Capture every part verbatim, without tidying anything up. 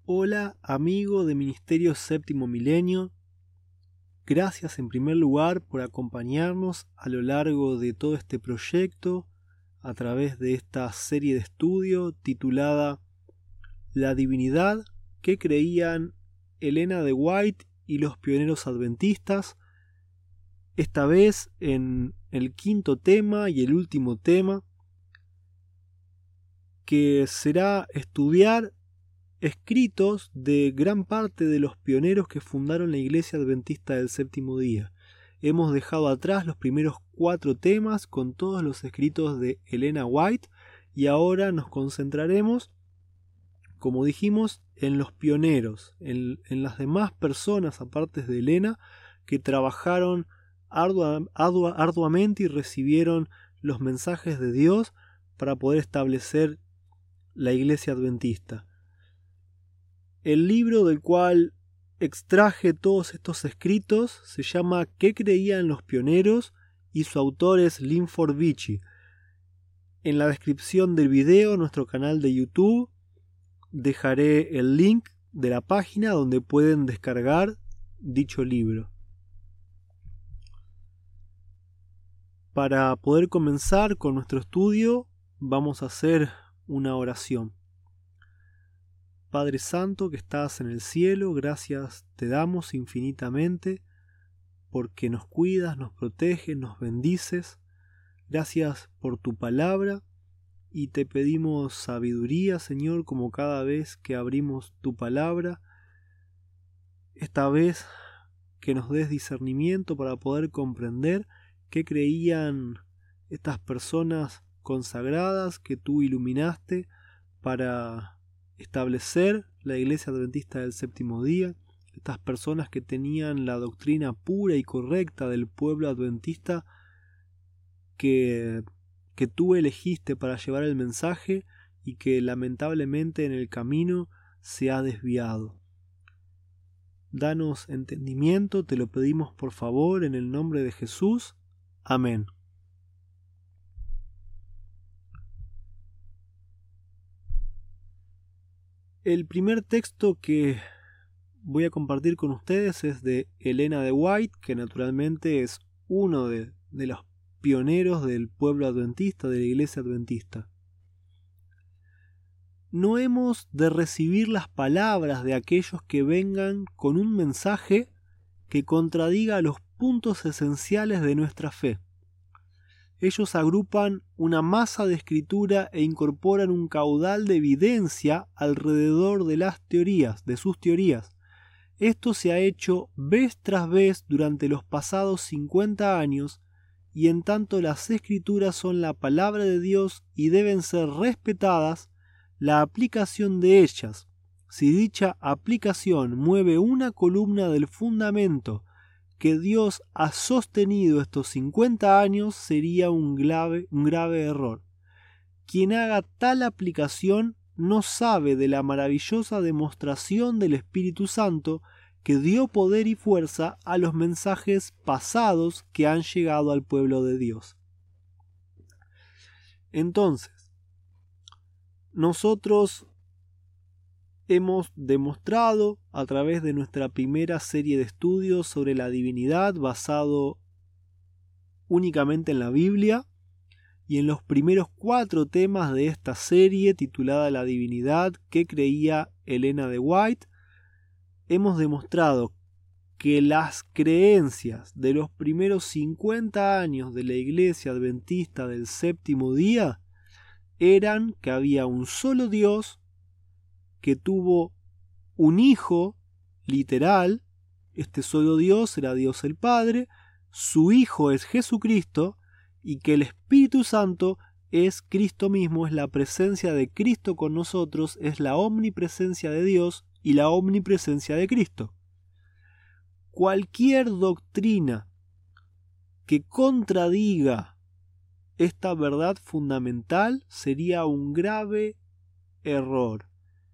Hola, amigo de Ministerio Séptimo Milenio. Gracias en primer lugar por acompañarnos a lo largo de todo este proyecto a través de esta serie de estudio titulada La divinidad que creían Elena de White y los pioneros adventistas. Esta vez en el quinto tema y el último tema, que será estudiar escritos de gran parte de los pioneros que fundaron la Iglesia Adventista del Séptimo Día. Hemos dejado atrás los primeros cuatro temas con todos los escritos de Elena White y ahora nos concentraremos, como dijimos, en los pioneros, en, en las demás personas aparte de Elena que trabajaron ardua, ardua, arduamente y recibieron los mensajes de Dios para poder establecer la Iglesia Adventista. El libro del cual extraje todos estos escritos se llama ¿Qué creían los pioneros? Y su autor es Linford Beachey. En la descripción del video, nuestro canal de YouTube, dejaré el link de la página donde pueden descargar dicho libro. Para poder comenzar con nuestro estudio, vamos a hacer una oración. Padre Santo que estás en el cielo, gracias te damos infinitamente porque nos cuidas, nos proteges, nos bendices. Gracias por tu palabra y te pedimos sabiduría, Señor, como cada vez que abrimos tu palabra. Esta vez que nos des discernimiento para poder comprender qué creían estas personas consagradas que tú iluminaste para establecer la Iglesia Adventista del Séptimo Día, estas personas que tenían la doctrina pura y correcta del pueblo adventista que, que tú elegiste para llevar el mensaje y que lamentablemente en el camino se ha desviado. Danos entendimiento, te lo pedimos por favor en el nombre de Jesús. Amén. El primer texto que voy a compartir con ustedes es de Elena de White, que naturalmente es uno de, de los pioneros del pueblo adventista, de la Iglesia Adventista. No hemos de recibir las palabras de aquellos que vengan con un mensaje que contradiga los puntos esenciales de nuestra fe. Ellos agrupan una masa de escritura e incorporan un caudal de evidencia alrededor de las teorías, de sus teorías. Esto se ha hecho vez tras vez durante los pasados cincuenta años, y en tanto las escrituras son la palabra de Dios y deben ser respetadas, la aplicación de ellas, si dicha aplicación mueve una columna del fundamento que Dios ha sostenido estos cincuenta años, sería un grave, un grave error. Quien haga tal aplicación no sabe de la maravillosa demostración del Espíritu Santo que dio poder y fuerza a los mensajes pasados que han llegado al pueblo de Dios. Entonces, nosotros hemos demostrado a través de nuestra primera serie de estudios sobre la divinidad basado únicamente en la Biblia y en los primeros cuatro temas de esta serie titulada La divinidad que creía Elena de White, hemos demostrado que las creencias de los primeros cincuenta años de la Iglesia Adventista del Séptimo Día eran que había un solo Dios que tuvo un hijo literal, este solo Dios era Dios el Padre, su Hijo es Jesucristo y que el Espíritu Santo es Cristo mismo, es la presencia de Cristo con nosotros, es la omnipresencia de Dios y la omnipresencia de Cristo. Cualquier doctrina que contradiga esta verdad fundamental sería un grave error.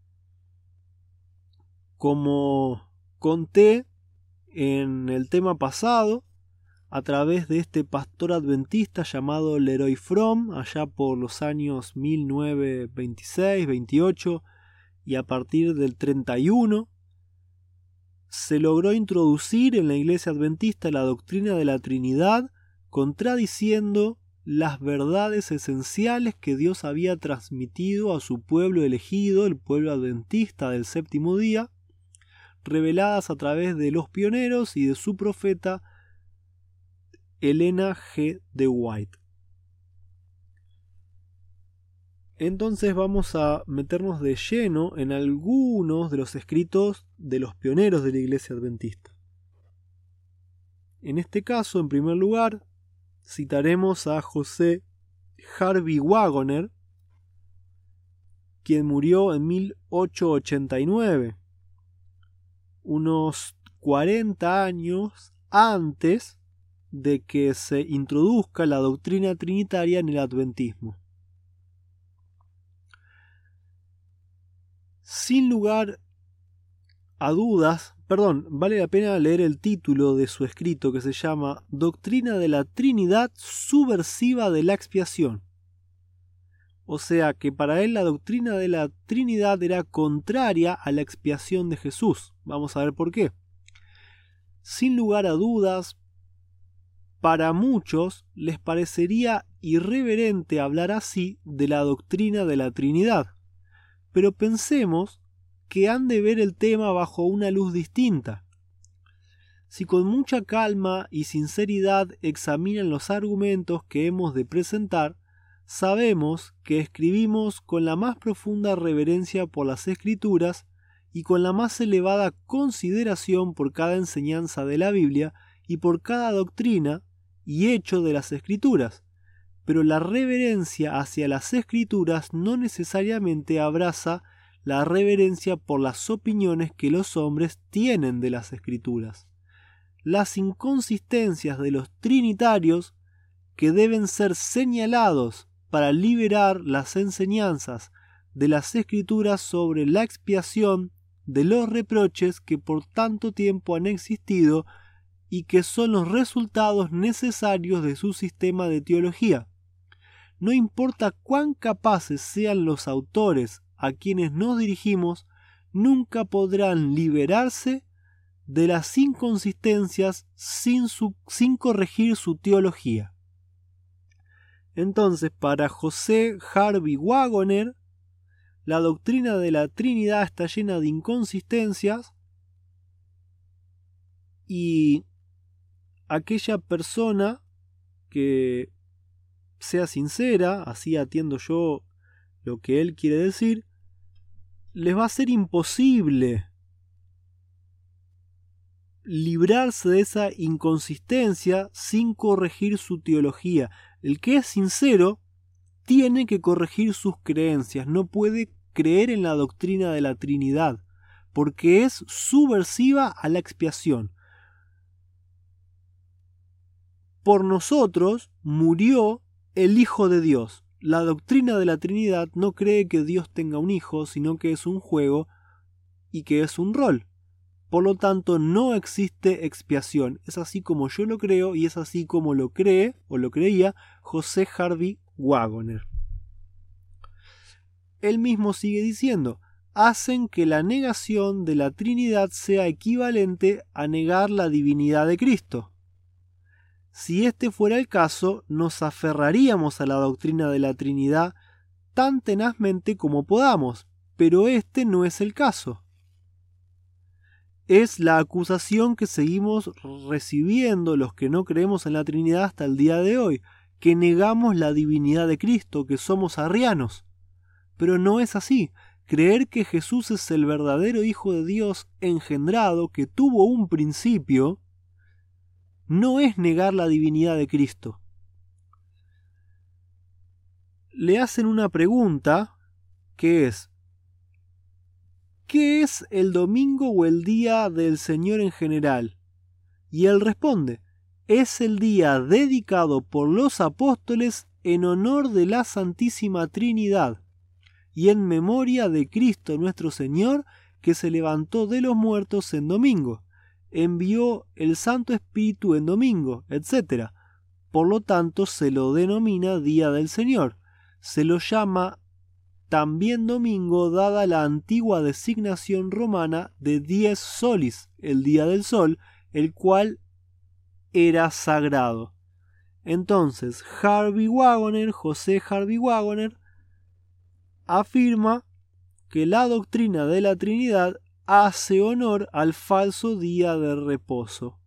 Como conté en el tema pasado, a través de este pastor adventista llamado Leroy Fromm, allá por los años mil novecientos veintiséis veintiocho, y a partir del treinta y uno se logró introducir en la Iglesia Adventista la doctrina de la Trinidad, contradiciendo las verdades esenciales que Dios había transmitido a su pueblo elegido, el pueblo adventista del séptimo día, reveladas a través de los pioneros y de su profeta Elena G. de White. Entonces vamos a meternos de lleno en algunos de los escritos de los pioneros de la Iglesia Adventista. En este caso, en primer lugar, citaremos a José Harvey Wagoner, quien murió en mil ochocientos ochenta y nueve, unos cuarenta años antes de que se introduzca la doctrina trinitaria en el adventismo. Sin lugar a dudas, perdón, vale la pena leer el título de su escrito, que se llama Doctrina de la Trinidad subversiva de la expiación. O sea que para él la doctrina de la Trinidad era contraria a la expiación de Jesús. Vamos a ver por qué. Sin lugar a dudas, para muchos les parecería irreverente hablar así de la doctrina de la Trinidad. Pero pensemos que han de ver el tema bajo una luz distinta. Si con mucha calma y sinceridad examinan los argumentos que hemos de presentar, sabemos que escribimos con la más profunda reverencia por las Escrituras y con la más elevada consideración por cada enseñanza de la Biblia y por cada doctrina y hecho de las Escrituras. Pero la reverencia hacia las Escrituras no necesariamente abraza la reverencia por las opiniones que los hombres tienen de las Escrituras. Las inconsistencias de los trinitarios, que deben ser señalados para liberar las enseñanzas de las Escrituras sobre la expiación de los reproches que por tanto tiempo han existido y que son los resultados necesarios de su sistema de teología. No importa cuán capaces sean los autores a quienes nos dirigimos, nunca podrán liberarse de las inconsistencias sin, su, sin corregir su teología. Entonces, para José Harvey Wagoner, la doctrina de la Trinidad está llena de inconsistencias y aquella persona que sea sincera, así atiendo yo lo que él quiere decir, les va a ser imposible librarse de esa inconsistencia sin corregir su teología. El que es sincero tiene que corregir sus creencias, no puede creer en la doctrina de la Trinidad, porque es subversiva a la expiación. Por nosotros murió el Hijo de Dios. La doctrina de la Trinidad no cree que Dios tenga un hijo, sino que es un juego y que es un rol. Por lo tanto, no existe expiación. Es así como yo lo creo y es así como lo cree o lo creía José Harvey Wagoner. Él mismo sigue diciendo, hacen que la negación de la Trinidad sea equivalente a negar la divinidad de Cristo. Si este fuera el caso, nos aferraríamos a la doctrina de la Trinidad tan tenazmente como podamos, pero este no es el caso. Es la acusación que seguimos recibiendo los que no creemos en la Trinidad hasta el día de hoy, que negamos la divinidad de Cristo, que somos arrianos. Pero no es así. Creer que Jesús es el verdadero Hijo de Dios engendrado, que tuvo un principio, no es negar la divinidad de Cristo. Le hacen una pregunta que es, ¿qué es el domingo o el día del Señor en general? Y él responde, es el día dedicado por los apóstoles en honor de la Santísima Trinidad y en memoria de Cristo nuestro Señor, que se levantó de los muertos en domingo, envió el Santo Espíritu en domingo, etcétera. Por lo tanto, se lo denomina Día del Señor. Se lo llama también domingo, dada la antigua designación romana de dies solis, el día del sol, el cual era sagrado. Entonces, Harvey Wagoner, José Harvey Wagoner, afirma que la doctrina de la Trinidad hace honor al falso día de reposo.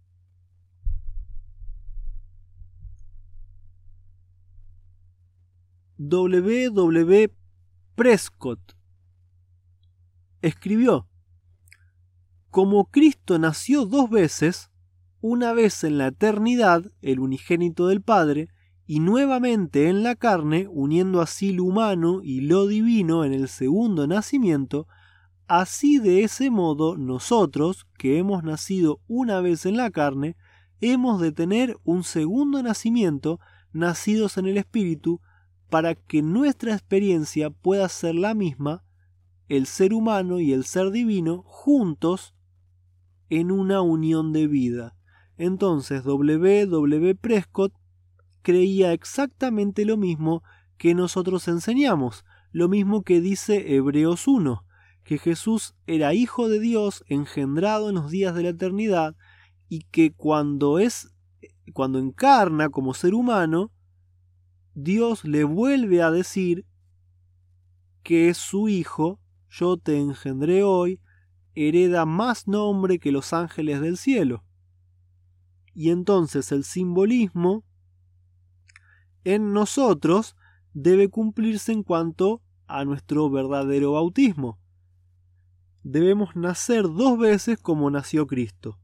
W W Prescott escribió: como Cristo nació dos veces, una vez en la eternidad, el unigénito del Padre, y nuevamente en la carne, uniendo así lo humano y lo divino en el segundo nacimiento, así de ese modo nosotros, que hemos nacido una vez en la carne, hemos de tener un segundo nacimiento, nacidos en el Espíritu, para que nuestra experiencia pueda ser la misma, el ser humano y el ser divino, juntos en una unión de vida. Entonces W W Prescott creía exactamente lo mismo que nosotros enseñamos, lo mismo que dice Hebreos uno, que Jesús era Hijo de Dios, engendrado en los días de la eternidad, y que cuando es, cuando encarna como ser humano, Dios le vuelve a decir que es su Hijo, yo te engendré hoy, hereda más nombre que los ángeles del cielo. Y entonces el simbolismo en nosotros debe cumplirse en cuanto a nuestro verdadero bautismo. Debemos nacer dos veces como nació Cristo.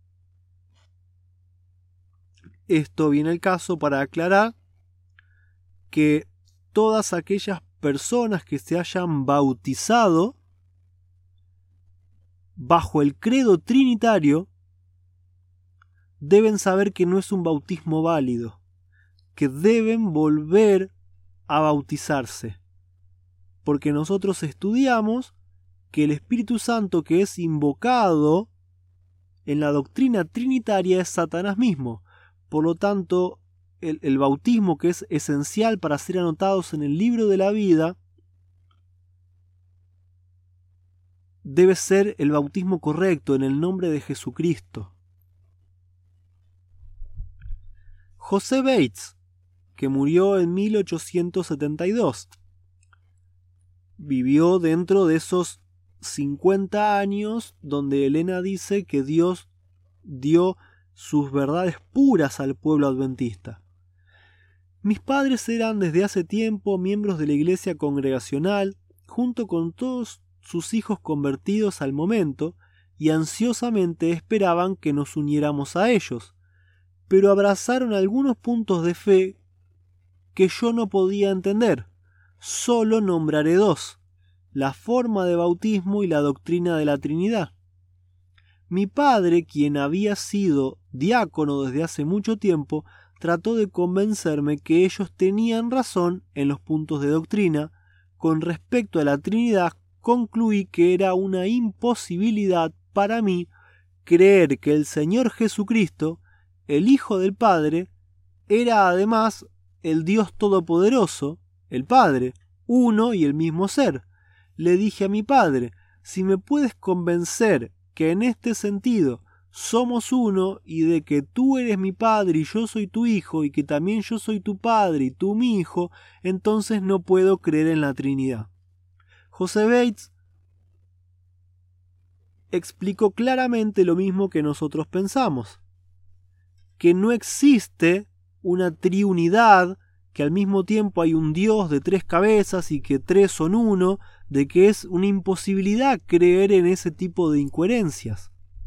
Esto viene al caso para aclarar que todas aquellas personas que se hayan bautizado bajo el credo trinitario deben saber que no es un bautismo válido, que deben volver a bautizarse, porque nosotros estudiamos que el Espíritu Santo que es invocado en la doctrina trinitaria es Satanás mismo. Por lo tanto, el, el bautismo que es esencial para ser anotados en el libro de la vida debe ser el bautismo correcto en el nombre de Jesucristo. José Bates, que murió en mil ochocientos setenta y dos, vivió dentro de esos cincuenta años donde Elena dice que Dios dio sus verdades puras al pueblo adventista. Mis padres eran desde hace tiempo miembros de la iglesia congregacional, junto con todos sus hijos convertidos al momento, y ansiosamente esperaban que nos uniéramos a ellos, pero abrazaron algunos puntos de fe que yo no podía entender. Solo nombraré dos: la forma de bautismo y la doctrina de la Trinidad. Mi padre, quien había sido diácono desde hace mucho tiempo, trató de convencerme que ellos tenían razón en los puntos de doctrina. Con respecto a la Trinidad, concluí que era una imposibilidad para mí creer que el Señor Jesucristo, el Hijo del Padre, era además el Dios Todopoderoso, el Padre, uno y el mismo ser. Le dije a mi padre: si me puedes convencer que en este sentido somos uno y de que tú eres mi padre y yo soy tu hijo y que también yo soy tu padre y tú mi hijo, entonces no puedo creer en la Trinidad. José Bates explicó claramente lo mismo que nosotros pensamos, que no existe una triunidad, que al mismo tiempo hay un Dios de tres cabezas y que tres son uno, de que es una imposibilidad creer en ese tipo de incoherencias.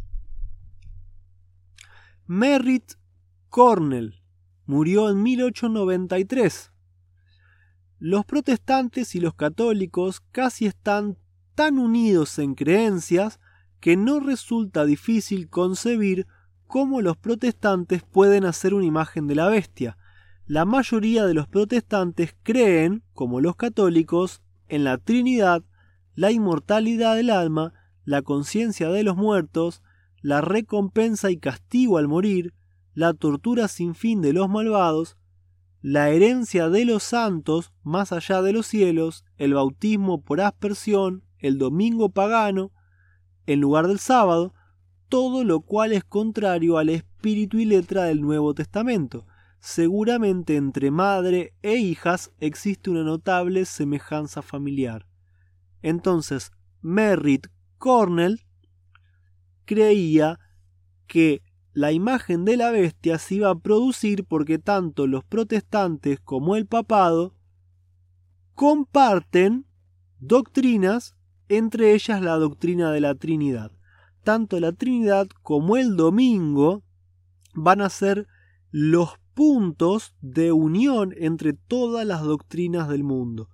Merritt Cornell murió en mil ochocientos noventa y tres. Los protestantes y los católicos casi están tan unidos en creencias que no resulta difícil concebir cómo los protestantes pueden hacer una imagen de la bestia. La mayoría de los protestantes creen, como los católicos, en la Trinidad, la inmortalidad del alma, la conciencia de los muertos, la recompensa y castigo al morir, la tortura sin fin de los malvados, la herencia de los santos más allá de los cielos, el bautismo por aspersión, el domingo pagano, en lugar del sábado, todo lo cual es contrario al espíritu y letra del Nuevo Testamento. Seguramente entre madre e hijas existe una notable semejanza familiar. Entonces, Merritt Cornell creía que la imagen de la bestia se iba a producir porque tanto los protestantes como el papado comparten doctrinas, entre ellas la doctrina de la Trinidad. Tanto la Trinidad como el domingo van a ser los puntos de unión entre todas las doctrinas del mundo.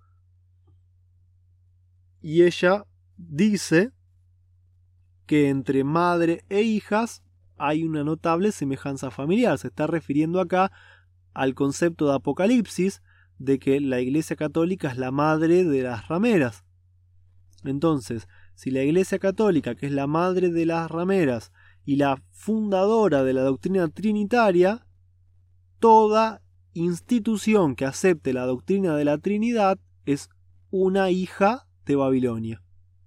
Y ella dice que entre madre e hijas hay una notable semejanza familiar. Se está refiriendo acá al concepto de Apocalipsis, de que la Iglesia Católica es la madre de las rameras. Entonces, si la Iglesia Católica, que es la madre de las rameras y la fundadora de la doctrina trinitaria, toda institución que acepte la doctrina de la Trinidad es una hija de Babilonia.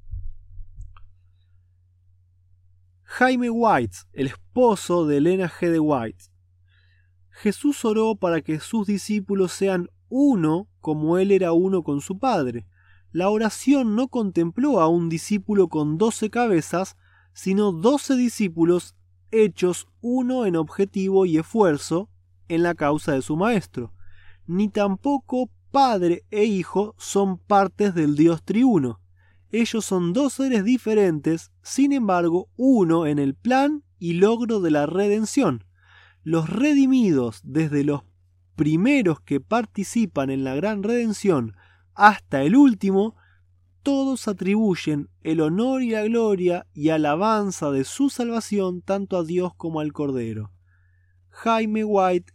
Jaime White, el esposo de Elena G. de White. Jesús oró para que sus discípulos sean uno como él era uno con su Padre. La oración no contempló a un discípulo con doce cabezas, sino doce discípulos hechos uno en objetivo y esfuerzo en la causa de su Maestro. Ni tampoco Padre e Hijo son partes del Dios triuno. Ellos son dos seres diferentes, sin embargo, uno en el plan y logro de la redención. Los redimidos, desde los primeros que participan en la gran redención hasta el último, todos atribuyen el honor y la gloria y alabanza de su salvación tanto a Dios como al Cordero. Jaime White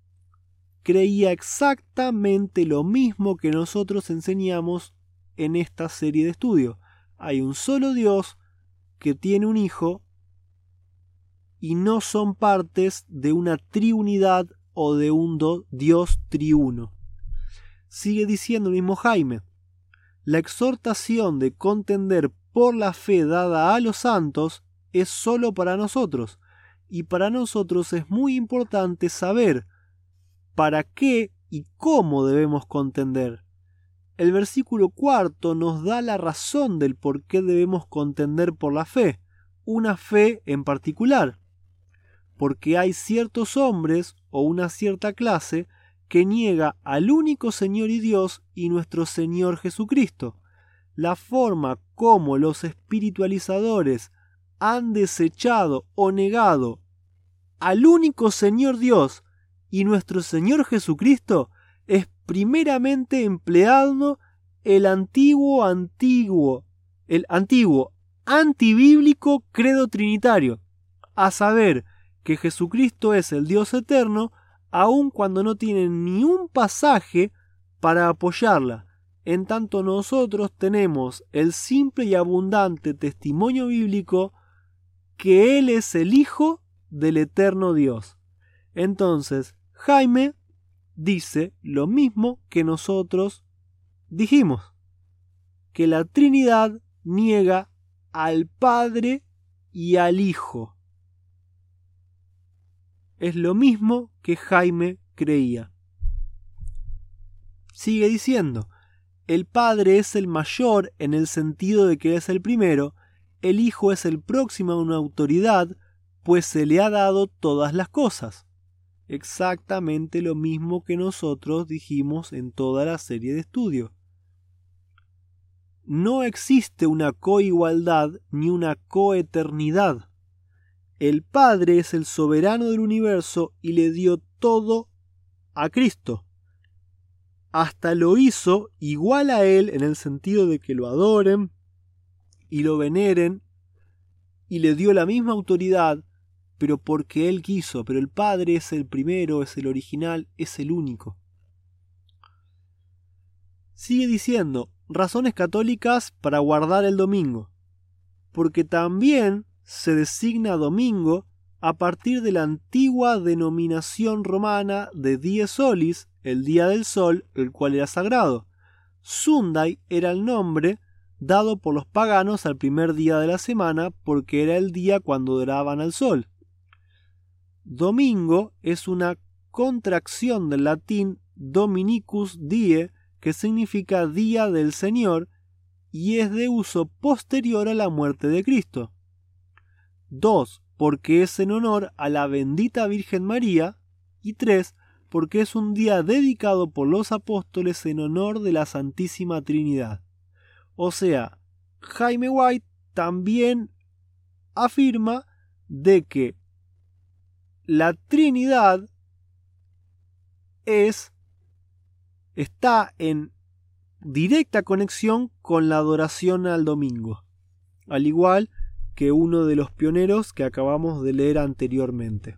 creía exactamente lo mismo que nosotros enseñamos en esta serie de estudio. Hay un solo Dios que tiene un Hijo y no son partes de una triunidad o de un do, Dios triuno. Sigue diciendo el mismo Jaime: la exhortación de contender por la fe dada a los santos es solo para nosotros, y para nosotros es muy importante saber para qué y cómo debemos contender. El versículo cuarto nos da la razón del por qué debemos contender por la fe, una fe en particular, porque hay ciertos hombres o una cierta clase que niega al único Señor y Dios y nuestro Señor Jesucristo. La forma como los espiritualizadores han desechado o negado al único Señor Dios y nuestro Señor Jesucristo es primeramente empleando el antiguo, antiguo, el antiguo antibíblico credo trinitario, a saber que Jesucristo es el Dios eterno, aun cuando no tienen ni un pasaje para apoyarla. En tanto nosotros tenemos el simple y abundante testimonio bíblico que Él es el Hijo del eterno Dios. Entonces, Jaime dice lo mismo que nosotros dijimos, que la Trinidad niega al Padre y al Hijo. Es lo mismo que Jaime creía. Sigue diciendo: el Padre es el mayor en el sentido de que es el primero, el Hijo es el próximo a una autoridad, pues se le ha dado todas las cosas. Exactamente lo mismo que nosotros dijimos en toda la serie de estudio. No existe una coigualdad ni una coeternidad. El Padre es el soberano del universo y le dio todo a Cristo. Hasta lo hizo igual a Él en el sentido de que lo adoren y lo veneren, y le dio la misma autoridad, pero porque Él quiso. Pero el Padre es el primero, es el original, es el único. Sigue diciendo: razones católicas para guardar el domingo, porque también se designa domingo a partir de la antigua denominación romana de dies solis, el día del sol, el cual era sagrado. Sunday era el nombre dado por los paganos al primer día de la semana porque era el día cuando adoraban al sol. Domingo es una contracción del latín Dominicus Die, que significa día del Señor, y es de uso posterior a la muerte de Cristo. dos. Porque es en honor a la bendita Virgen María. Y tres. Porque es un día dedicado por los apóstoles en honor de la Santísima Trinidad. O sea, Jaime White también afirma de que la Trinidad es, está en directa conexión con la adoración al domingo, al igual que uno de los pioneros que acabamos de leer anteriormente.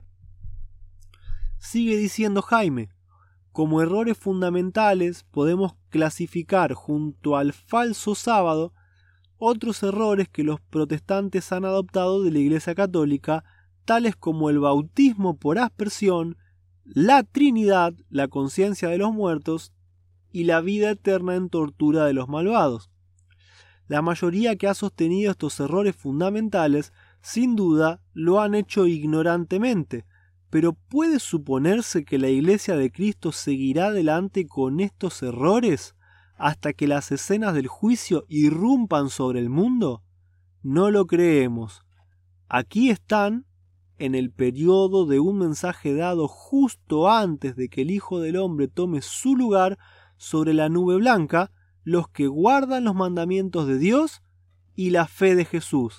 Sigue diciendo Jaime, como errores fundamentales podemos clasificar junto al falso sábado otros errores que los protestantes han adoptado de la Iglesia Católica, tales como el bautismo por aspersión, la Trinidad, la conciencia de los muertos y la vida eterna en tortura de los malvados. La mayoría que ha sostenido estos errores fundamentales, sin duda, lo han hecho ignorantemente, pero ¿puede suponerse que la Iglesia de Cristo seguirá adelante con estos errores hasta que las escenas del juicio irrumpan sobre el mundo? No lo creemos. Aquí están, en el periodo de un mensaje dado justo antes de que el Hijo del Hombre tome su lugar sobre la nube blanca, los que guardan los mandamientos de Dios y la fe de Jesús.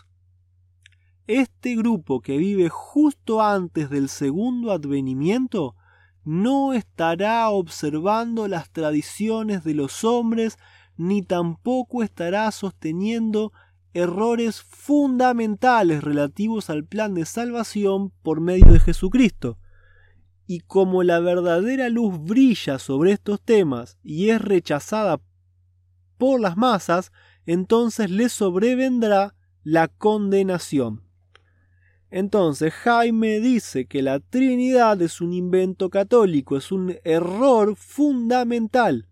Este grupo que vive justo antes del segundo advenimiento no estará observando las tradiciones de los hombres ni tampoco estará sosteniendo errores fundamentales relativos al plan de salvación por medio de Jesucristo. Y como la verdadera luz brilla sobre estos temas y es rechazada por las masas, entonces les sobrevendrá la condenación. Entonces Jaime dice que la Trinidad es un invento católico, es un error fundamental,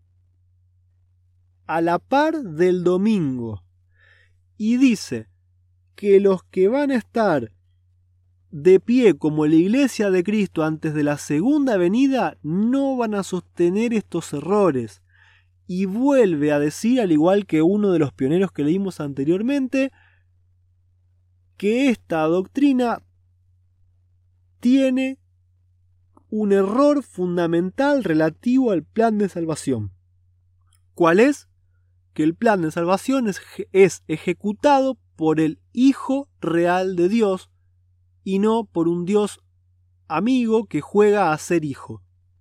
a la par del domingo. Y dice que los que van a estar de pie como la Iglesia de Cristo antes de la segunda venida no van a sostener estos errores. Y vuelve a decir, al igual que uno de los pioneros que leímos anteriormente, que esta doctrina tiene un error fundamental relativo al plan de salvación. ¿Cuál es? Que el plan de salvación es, es ejecutado por el Hijo real de Dios y no por un Dios amigo que juega a ser hijo.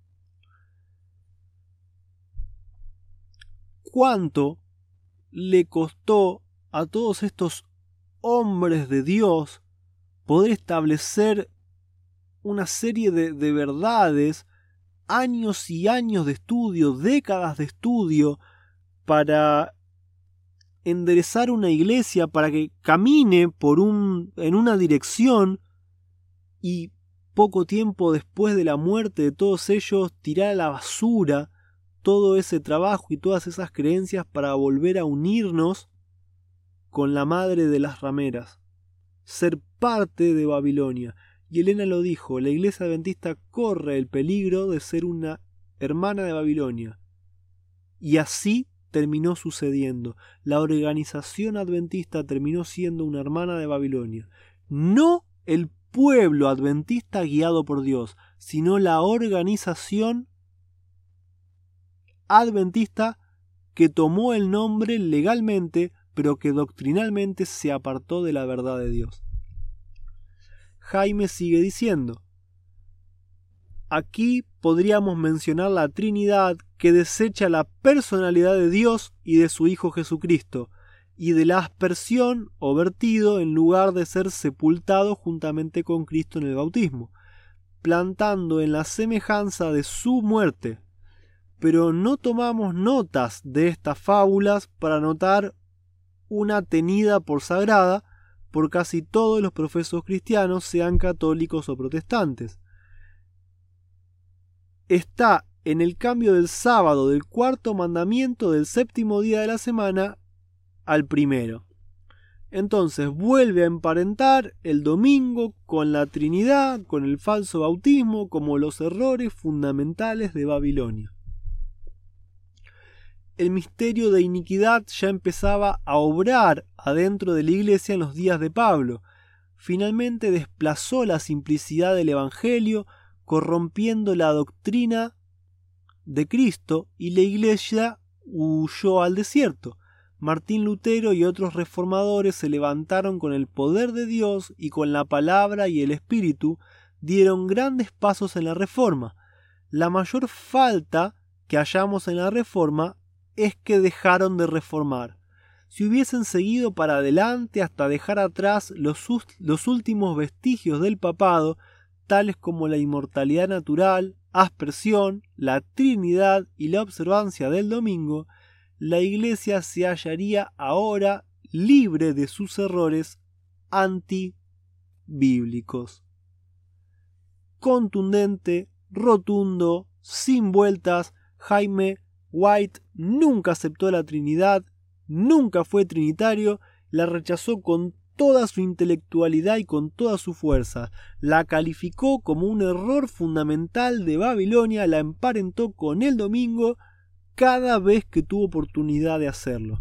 ¿Cuánto le costó a todos estos hombres de Dios poder establecer una serie de, de verdades, años y años de estudio, décadas de estudio, para enderezar una iglesia, para que camine por un, en una dirección, y poco tiempo después de la muerte de todos ellos tirar a la basura todo ese trabajo y todas esas creencias para volver a unirnos con la madre de las rameras, ser parte de Babilonia? Y Elena lo dijo, la Iglesia Adventista corre el peligro de ser una hermana de Babilonia. Y así terminó sucediendo. La organización adventista terminó siendo una hermana de Babilonia. No el pueblo adventista guiado por Dios, sino la organización adventista que tomó el nombre legalmente, pero que doctrinalmente se apartó de la verdad de Dios. Jaime sigue diciendo, aquí podríamos mencionar la Trinidad que desecha la personalidad de Dios y de su Hijo Jesucristo, y de la aspersión o vertido en lugar de ser sepultado juntamente con Cristo en el bautismo, plantando en la semejanza de su muerte. Pero no tomamos notas de estas fábulas para notar una tenida por sagrada por casi todos los profesos cristianos, sean católicos o protestantes. Está en el cambio del sábado del cuarto mandamiento del séptimo día de la semana al primero. Entonces vuelve a emparentar el domingo con la Trinidad, con el falso bautismo, como los errores fundamentales de Babilonia. El misterio de iniquidad ya empezaba a obrar adentro de la iglesia en los días de Pablo. Finalmente desplazó la simplicidad del Evangelio, corrompiendo la doctrina de Cristo, y la iglesia huyó al desierto. Martín Lutero y otros reformadores se levantaron con el poder de Dios y con la palabra y el Espíritu dieron grandes pasos en la Reforma. La mayor falta que hallamos en la Reforma es que dejaron de reformar. Si hubiesen seguido para adelante hasta dejar atrás los, los últimos vestigios del papado, tales como la inmortalidad natural, aspersión, la Trinidad y la observancia del domingo, la Iglesia se hallaría ahora libre de sus errores antibíblicos. Contundente, rotundo, sin vueltas, Jaime White nunca aceptó la Trinidad, nunca fue trinitario, la rechazó con toda su intelectualidad y con toda su fuerza, la calificó como un error fundamental de Babilonia, la emparentó con el domingo cada vez que tuvo oportunidad de hacerlo.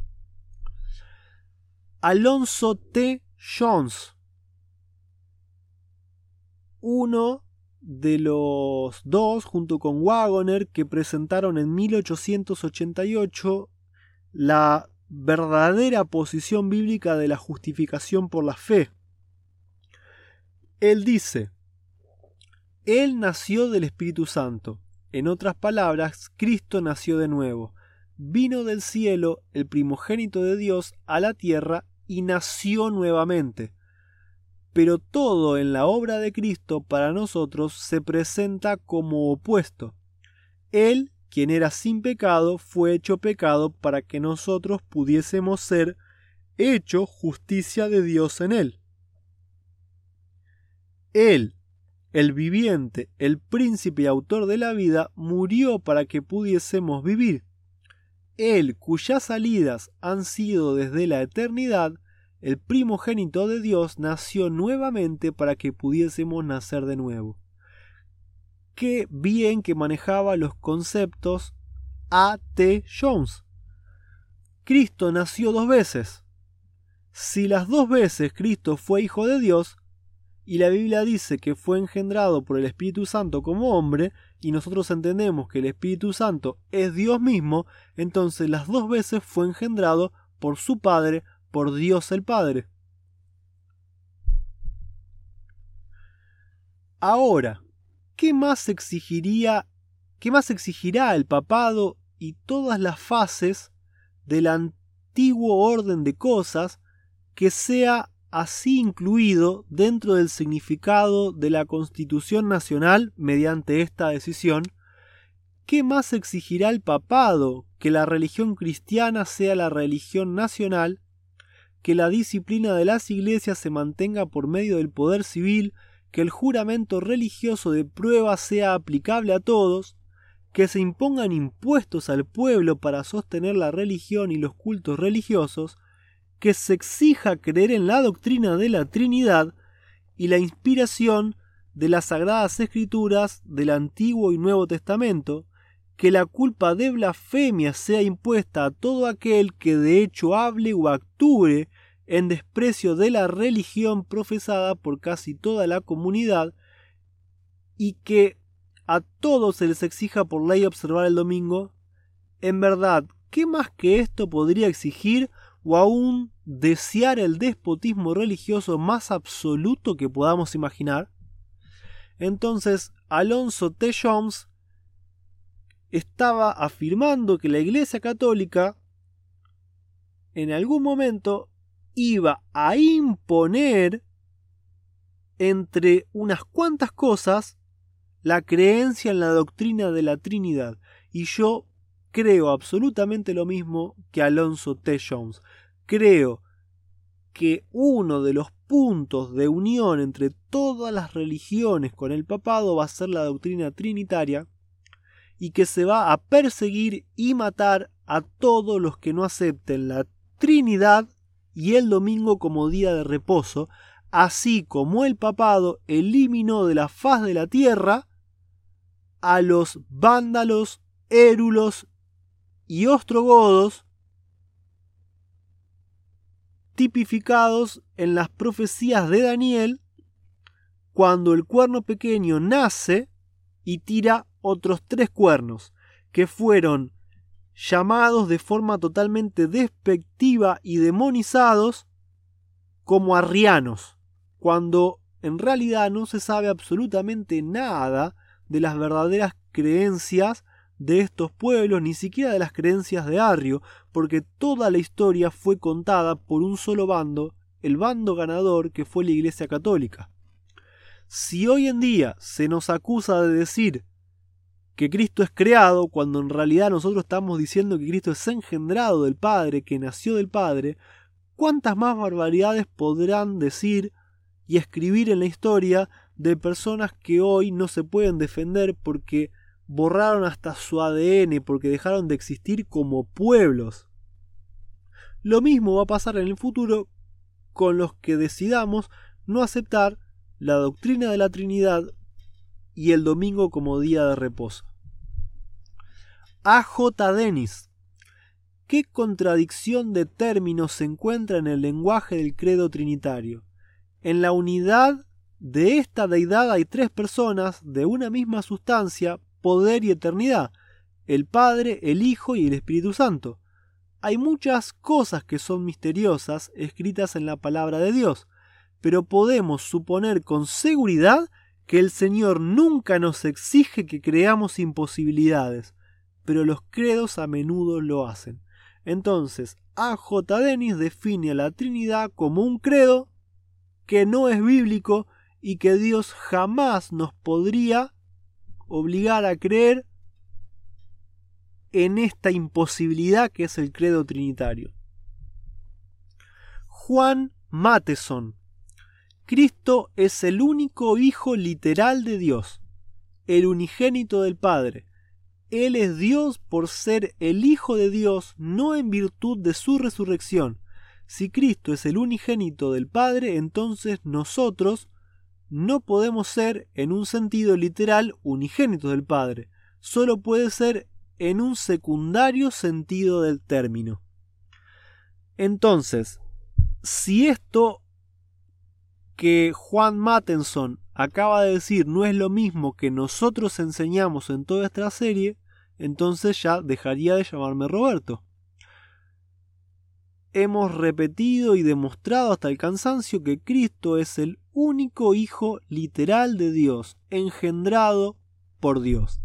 Alonzo T. Jones, uno de los dos, junto con Wagoner, que presentaron en mil ochocientos ochenta y ocho la verdadera posición bíblica de la justificación por la fe. Él dice: Él nació del Espíritu Santo. En otras palabras, Cristo nació de nuevo. Vino del cielo, el primogénito de Dios, a la tierra y nació nuevamente. Pero todo en la obra de Cristo para nosotros se presenta como opuesto. Él, quien era sin pecado, fue hecho pecado para que nosotros pudiésemos ser hecho justicia de Dios en él. Él, el viviente, el príncipe y autor de la vida, murió para que pudiésemos vivir. Él, cuyas salidas han sido desde la eternidad, el primogénito de Dios, nació nuevamente para que pudiésemos nacer de nuevo. Qué bien que manejaba los conceptos A T Jones. Cristo nació dos veces. Si las dos veces Cristo fue hijo de Dios, y la Biblia dice que fue engendrado por el Espíritu Santo como hombre, y nosotros entendemos que el Espíritu Santo es Dios mismo, entonces las dos veces fue engendrado por su Padre, por Dios el Padre. Ahora, ¿qué más exigiría, qué más exigirá el papado y todas las fases del antiguo orden de cosas que sea así incluido dentro del significado de la Constitución Nacional mediante esta decisión? ¿Qué más exigirá el papado que la religión cristiana sea la religión nacional, que la disciplina de las iglesias se mantenga por medio del poder civil, que el juramento religioso de prueba sea aplicable a todos, que se impongan impuestos al pueblo para sostener la religión y los cultos religiosos, que se exija creer en la doctrina de la Trinidad y la inspiración de las Sagradas Escrituras del Antiguo y Nuevo Testamento, que la culpa de blasfemia sea impuesta a todo aquel que de hecho hable o actúe en desprecio de la religión profesada por casi toda la comunidad, y que a todos se les exija por ley observar el domingo. En verdad, ¿qué más que esto podría exigir o aún desear el despotismo religioso más absoluto que podamos imaginar? Entonces, Alonzo T. Jones estaba afirmando que la Iglesia Católica en algún momento iba a imponer entre unas cuantas cosas la creencia en la doctrina de la Trinidad. Y yo creo absolutamente lo mismo que Alonzo T. Jones. Creo que uno de los puntos de unión entre todas las religiones con el papado va a ser la doctrina trinitaria, y que se va a perseguir y matar a todos los que no acepten la Trinidad y el domingo como día de reposo, así como el papado eliminó de la faz de la tierra a los vándalos, érulos y ostrogodos tipificados en las profecías de Daniel, cuando el cuerno pequeño nace y tira otros tres cuernos, que fueron llamados de forma totalmente despectiva y demonizados como arrianos, cuando en realidad no se sabe absolutamente nada de las verdaderas creencias de estos pueblos, ni siquiera de las creencias de Arrio, porque toda la historia fue contada por un solo bando, el bando ganador, que fue la Iglesia Católica. Si hoy en día se nos acusa de decir que Cristo es creado, cuando en realidad nosotros estamos diciendo que Cristo es engendrado del Padre, que nació del Padre, ¿cuántas más barbaridades podrán decir y escribir en la historia de personas que hoy no se pueden defender porque borraron hasta su A D N, porque dejaron de existir como pueblos? Lo mismo va a pasar en el futuro con los que decidamos no aceptar la doctrina de la Trinidad y el domingo como día de reposo. A J. Dennis. ¿Qué contradicción de términos se encuentra en el lenguaje del credo trinitario? En la unidad de esta deidad hay tres personas de una misma sustancia, poder y eternidad: el Padre, el Hijo y el Espíritu Santo. Hay muchas cosas que son misteriosas escritas en la palabra de Dios, pero podemos suponer con seguridad que el Señor nunca nos exige que creamos imposibilidades, pero los credos a menudo lo hacen. Entonces, A J. Dennis define a la Trinidad como un credo que no es bíblico y que Dios jamás nos podría obligar a creer en esta imposibilidad que es el credo trinitario. Juan Matheson. Cristo es el único Hijo literal de Dios, el unigénito del Padre. Él es Dios por ser el Hijo de Dios, no en virtud de su resurrección. Si Cristo es el unigénito del Padre, entonces nosotros no podemos ser en un sentido literal unigénitos del Padre. Solo puede ser en un secundario sentido del término. Entonces, si esto que Juan Matheson acaba de decir no es lo mismo que nosotros enseñamos en toda esta serie, entonces ya dejaría de llamarme Roberto. Hemos repetido y demostrado hasta el cansancio que Cristo es el único Hijo literal de Dios, engendrado por Dios.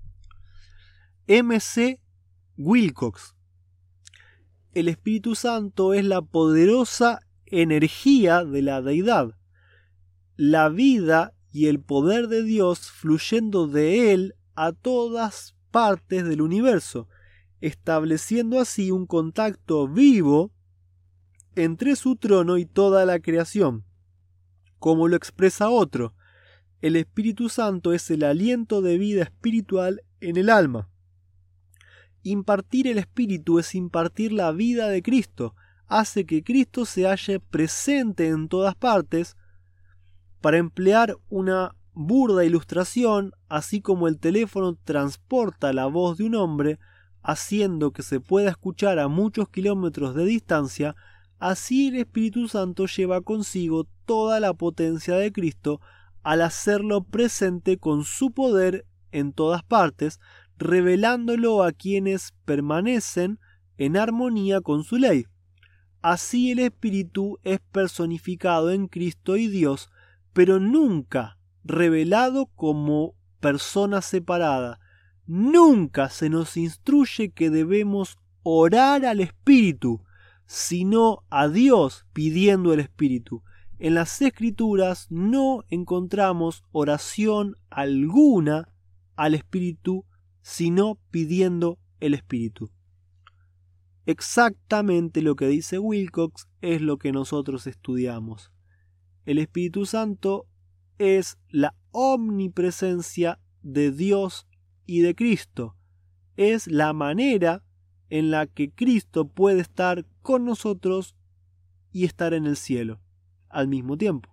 M C Wilcox. El Espíritu Santo es la poderosa energía de la deidad, la vida y el poder de Dios fluyendo de él a todas partes del universo, estableciendo así un contacto vivo entre su trono y toda la creación. Como lo expresa otro, el Espíritu Santo es el aliento de vida espiritual en el alma. Impartir el Espíritu es impartir la vida de Cristo, hace que Cristo se halle presente en todas partes. Para emplear una burda ilustración, así como el teléfono transporta la voz de un hombre, haciendo que se pueda escuchar a muchos kilómetros de distancia, así el Espíritu Santo lleva consigo toda la potencia de Cristo al hacerlo presente con su poder en todas partes, revelándolo a quienes permanecen en armonía con su ley. Así el Espíritu es personificado en Cristo y Dios, pero nunca revelado como persona separada. Nunca se nos instruye que debemos orar al Espíritu, sino a Dios pidiendo el Espíritu. En las Escrituras no encontramos oración alguna al Espíritu, sino pidiendo el Espíritu. Exactamente lo que dice Wilcox es lo que nosotros estudiamos. El Espíritu Santo es la omnipresencia de Dios y de Cristo. Es la manera en la que Cristo puede estar con nosotros y estar en el cielo al mismo tiempo.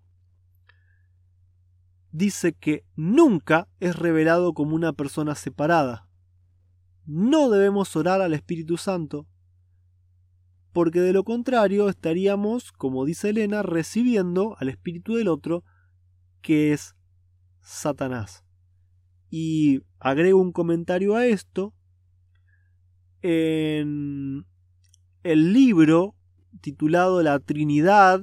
Dice que nunca es revelado como una persona separada. No debemos orar al Espíritu Santo, porque de lo contrario estaríamos, como dice Elena, recibiendo al espíritu del otro, que es Satanás. Y agrego un comentario a esto. En el libro titulado La Trinidad,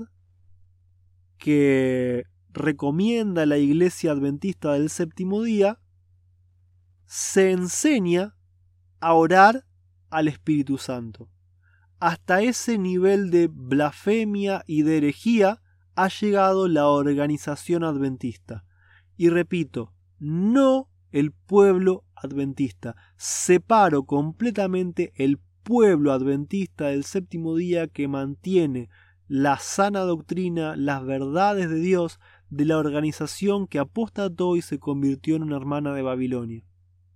que recomienda la Iglesia Adventista del Séptimo Día, se enseña a orar al Espíritu Santo. Hasta ese nivel de blasfemia y de herejía ha llegado la organización adventista. Y repito, no el pueblo adventista. Separo completamente el pueblo adventista del séptimo día que mantiene la sana doctrina, las verdades de Dios, de la organización que apostató y se convirtió en una hermana de Babilonia.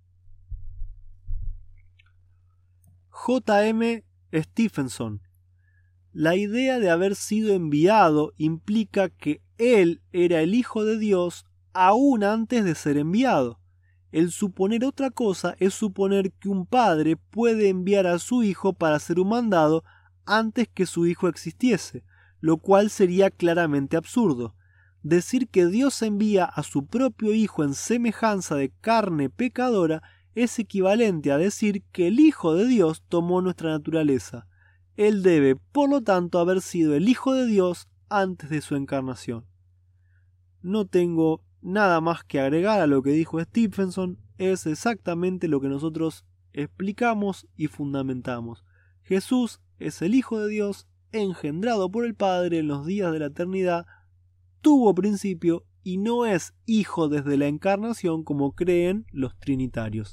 J M Stephenson. La idea de haber sido enviado implica que él era el Hijo de Dios aún antes de ser enviado. El suponer otra cosa es suponer que un padre puede enviar a su hijo para ser un mandado antes que su hijo existiese, lo cual sería claramente absurdo. Decir que Dios envía a su propio hijo en semejanza de carne pecadora es equivalente a decir que el Hijo de Dios tomó nuestra naturaleza. Él debe, por lo tanto, haber sido el Hijo de Dios antes de su encarnación. No tengo nada más que agregar a lo que dijo Stephenson. Es exactamente lo que nosotros explicamos y fundamentamos. Jesús es el Hijo de Dios, engendrado por el Padre en los días de la eternidad, tuvo principio y no es hijo desde la encarnación como creen los trinitarios.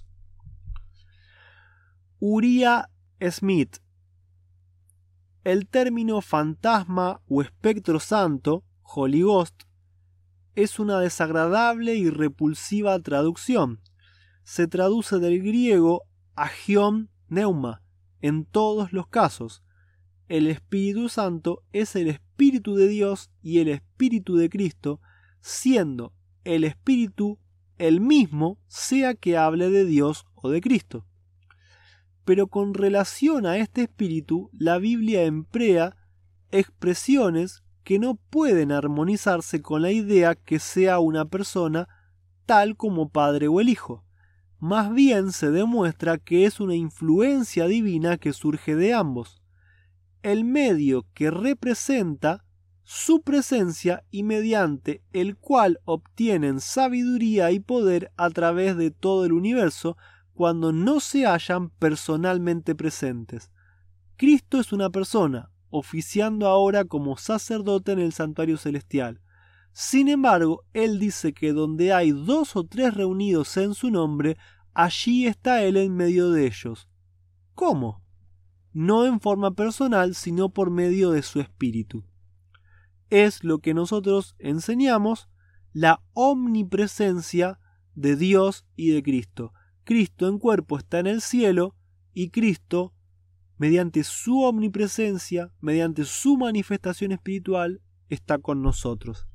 Uriah Smith. El término fantasma o espectro santo, Holy Ghost, es una desagradable y repulsiva traducción. Se traduce del griego agion neuma en todos los casos. El Espíritu Santo es el Espíritu de Dios y el Espíritu de Cristo, siendo el Espíritu el mismo, sea que hable de Dios o de Cristo. Pero con relación a este Espíritu, la Biblia emplea expresiones que no pueden armonizarse con la idea que sea una persona tal como Padre o el Hijo. Más bien se demuestra que es una influencia divina que surge de ambos, el medio que representa su presencia y mediante el cual obtienen sabiduría y poder a través de todo el universo cuando no se hallan personalmente presentes. Cristo es una persona, oficiando ahora como sacerdote en el santuario celestial. Sin embargo, él dice que donde hay dos o tres reunidos en su nombre, allí está él en medio de ellos. ¿Cómo? No en forma personal, sino por medio de su espíritu. Es lo que nosotros enseñamos, la omnipresencia de Dios y de Cristo. Cristo en cuerpo está en el cielo y Cristo, mediante su omnipresencia, mediante su manifestación espiritual, está con nosotros.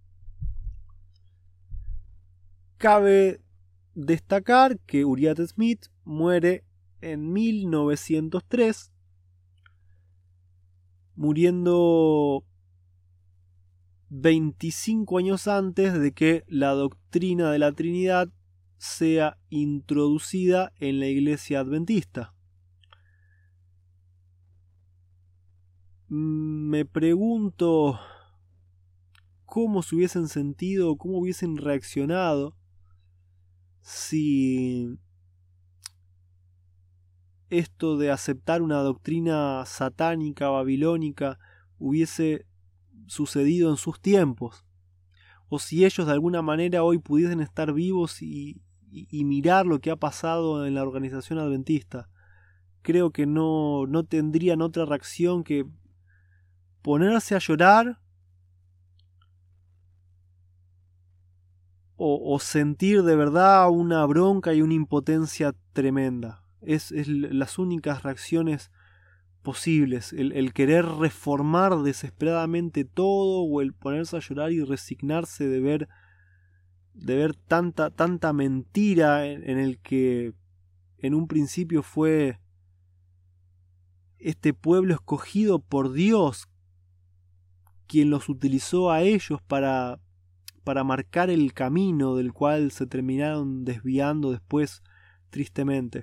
Cabe destacar que Uriah Smith muere en mil novecientos tres, muriendo veinticinco años antes de que la doctrina de la Trinidad sea introducida en la Iglesia Adventista. Me pregunto cómo se hubiesen sentido, cómo hubiesen reaccionado si esto de aceptar una doctrina satánica, babilónica, hubiese sucedido en sus tiempos, o si ellos de alguna manera hoy pudiesen estar vivos y, y, y mirar lo que ha pasado en la organización adventista. Creo que no, no tendrían otra reacción que ponerse a llorar o, o sentir de verdad una bronca y una impotencia tremenda. Es, es las únicas reacciones posibles, el, el querer reformar desesperadamente todo, o el ponerse a llorar y resignarse de ver, de ver tanta, tanta mentira en, en el que en un principio fue este pueblo escogido por Dios, quien los utilizó a ellos para, para marcar el camino del cual se terminaron desviando después tristemente.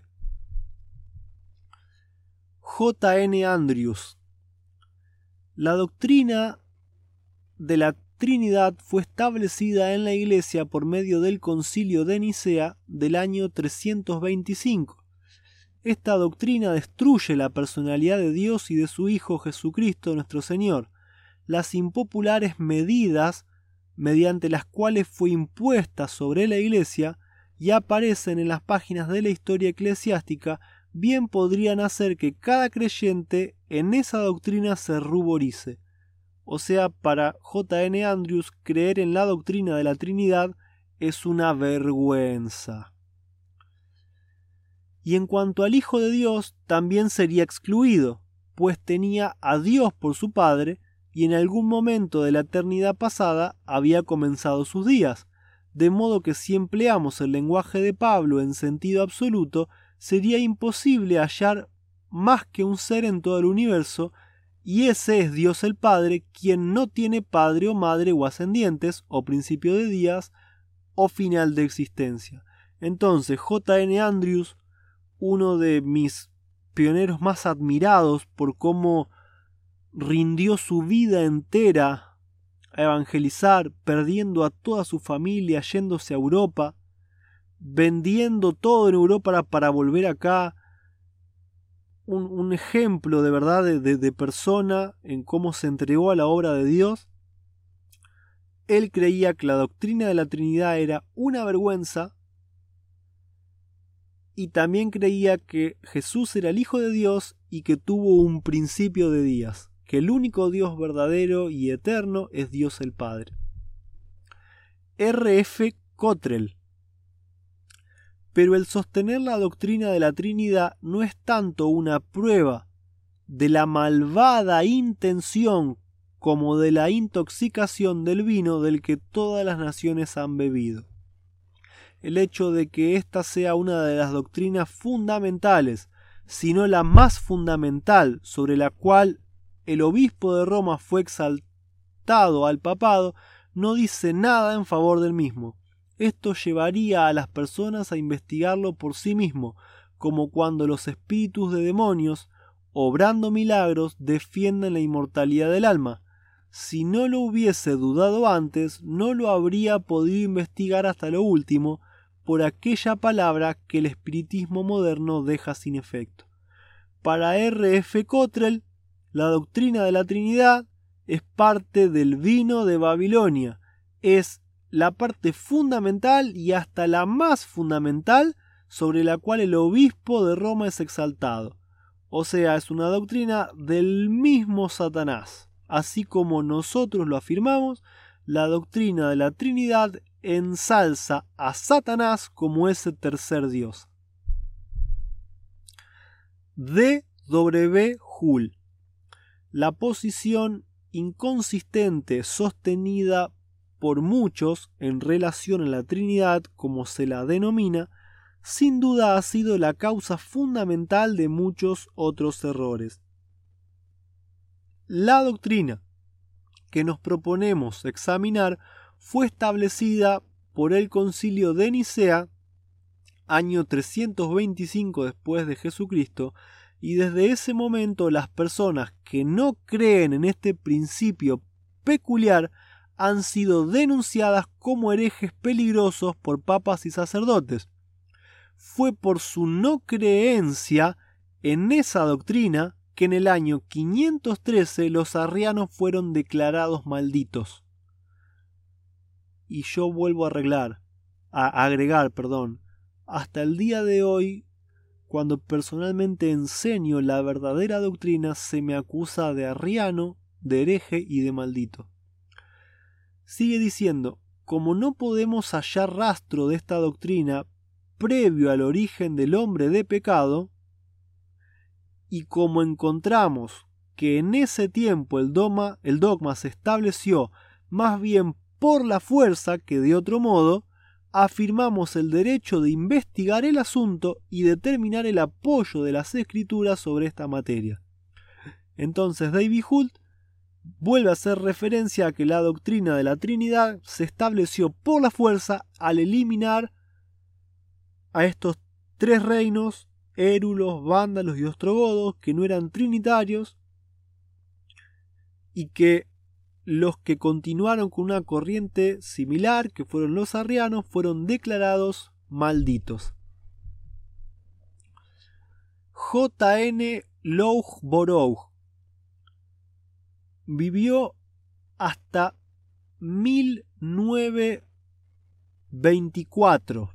J N Andrews. La doctrina de la Trinidad fue establecida en la Iglesia por medio del Concilio de Nicea del año trescientos veinticinco. Esta doctrina destruye la personalidad de Dios y de su Hijo Jesucristo nuestro Señor. Las impopulares medidas mediante las cuales fue impuesta sobre la Iglesia y aparecen en las páginas de la historia eclesiástica bien podrían hacer que cada creyente en esa doctrina se ruborice. O sea, para J N Andrews, creer en la doctrina de la Trinidad es una vergüenza. Y en cuanto al Hijo de Dios, también sería excluido, pues tenía a Dios por su Padre y en algún momento de la eternidad pasada había comenzado sus días, de modo que si empleamos el lenguaje de Pablo en sentido absoluto, sería imposible hallar más que un ser en todo el universo, y ese es Dios el Padre, quien no tiene padre o madre o ascendientes, o principio de días, o final de existencia. Entonces, J N Andrews, uno de mis pioneros más admirados por cómo rindió su vida entera a evangelizar, perdiendo a toda su familia, yéndose a Europa, vendiendo todo en Europa para, para volver acá, un, un ejemplo de verdad de, de, de persona en cómo se entregó a la obra de Dios. Él creía que la doctrina de la Trinidad era una vergüenza y también creía que Jesús era el Hijo de Dios y que tuvo un principio de días, que el único Dios verdadero y eterno es Dios el Padre. R F Cottrell. Pero el sostener la doctrina de la Trinidad no es tanto una prueba de la malvada intención como de la intoxicación del vino del que todas las naciones han bebido. El hecho de que ésta sea una de las doctrinas fundamentales, sino la más fundamental, sobre la cual el obispo de Roma fue exaltado al papado, no dice nada en favor del mismo. Esto llevaría a las personas a investigarlo por sí mismo, como cuando los espíritus de demonios, obrando milagros, defienden la inmortalidad del alma. Si no lo hubiese dudado antes, no lo habría podido investigar hasta lo último, por aquella palabra que el espiritismo moderno deja sin efecto. Para R F Cottrell, la doctrina de la Trinidad es parte del vino de Babilonia, es la parte fundamental y hasta la más fundamental sobre la cual el obispo de Roma es exaltado. O sea, es una doctrina del mismo Satanás. Así como nosotros lo afirmamos, la doctrina de la Trinidad ensalza a Satanás como ese tercer Dios. D W Hull. La posición inconsistente sostenida por muchos en relación a la Trinidad, como se la denomina, sin duda ha sido la causa fundamental de muchos otros errores. La doctrina que nos proponemos examinar fue establecida por el Concilio de Nicea, año trescientos veinticinco después de Jesucristo, y desde ese momento las personas que no creen en este principio peculiar han sido denunciadas como herejes peligrosos por papas y sacerdotes. Fue por su no creencia en esa doctrina que en el año quinientos trece los arrianos fueron declarados malditos. Y yo vuelvo a arreglar, a agregar, perdón, hasta el día de hoy, cuando personalmente enseño la verdadera doctrina, se me acusa de arriano, de hereje y de maldito. Sigue diciendo, como no podemos hallar rastro de esta doctrina previo al origen del hombre de pecado, y como encontramos que en ese tiempo el dogma, el dogma se estableció más bien por la fuerza que de otro modo, afirmamos el derecho de investigar el asunto y determinar el apoyo de las escrituras sobre esta materia. Entonces David Hult vuelve a hacer referencia a que la doctrina de la Trinidad se estableció por la fuerza al eliminar a estos tres reinos, érulos, vándalos y ostrogodos, que no eran trinitarios, y que los que continuaron con una corriente similar, que fueron los arrianos, fueron declarados malditos. J N Loughborough vivió hasta mil novecientos veinticuatro.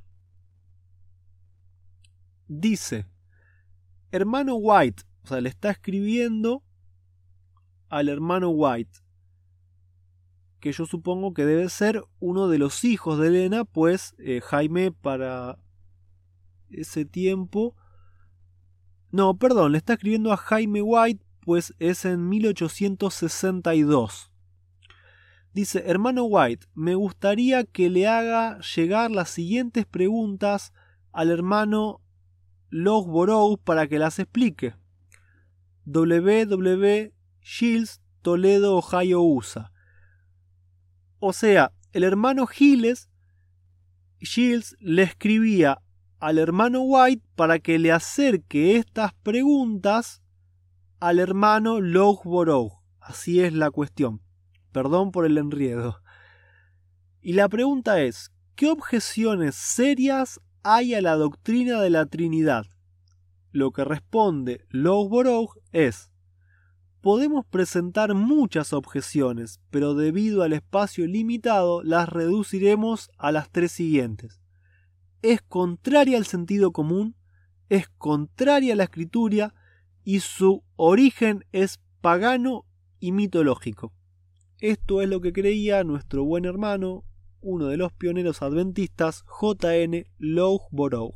Dice, hermano White, o sea, le está escribiendo al hermano White, que yo supongo que debe ser uno de los hijos de Elena, pues eh, Jaime para ese tiempo... No, perdón, le está escribiendo a Jaime White, pues es en mil ochocientos sesenta y dos. Dice, hermano White, me gustaría que le haga llegar las siguientes preguntas al hermano Loughborough para que las explique. W W Shields, Toledo, Ohio, U S A. O sea, el hermano Giles, Shields le escribía al hermano White para que le acerque estas preguntas al hermano Loughborough. Así es la cuestión. Perdón por el enredo. Y la pregunta es, ¿qué objeciones serias hay a la doctrina de la Trinidad? Lo que responde Loughborough es: podemos presentar muchas objeciones, pero debido al espacio limitado las reduciremos a las tres siguientes. Es contraria al sentido común, es contraria a la escritura y su origen es pagano y mitológico. Esto es lo que creía nuestro buen hermano, uno de los pioneros adventistas, J N Loughborough.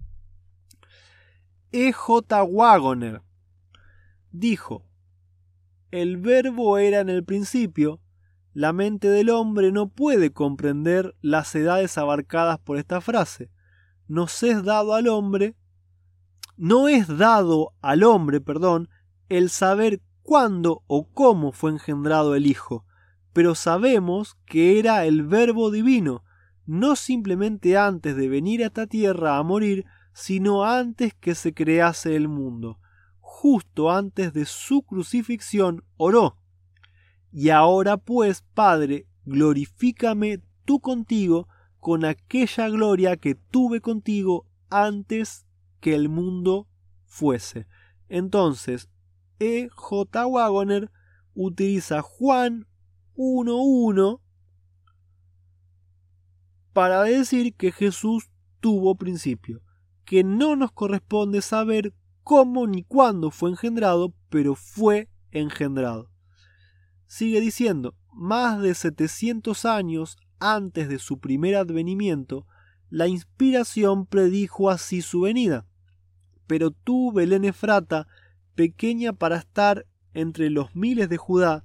E J Waggoner dijo: el verbo era en el principio. La mente del hombre no puede comprender las edades abarcadas por esta frase. Nos es dado al hombre, no es dado al hombre, perdón, el saber cuándo o cómo fue engendrado el Hijo, pero sabemos que era el Verbo divino, no simplemente antes de venir a esta tierra a morir, sino antes que se crease el mundo. Justo antes de su crucifixión oró: y ahora pues, Padre, glorifícame tú contigo con aquella gloria que tuve contigo antes que el mundo fuese. Entonces, E J Waggoner utiliza Juan uno uno para decir que Jesús tuvo principio, que no nos corresponde saber cómo ni cuándo fue engendrado, pero fue engendrado. Sigue diciendo, más de setecientos años antes de su primer advenimiento, la inspiración predijo así su venida. Pero tú, Belén Efrata, pequeña para estar entre los miles de Judá,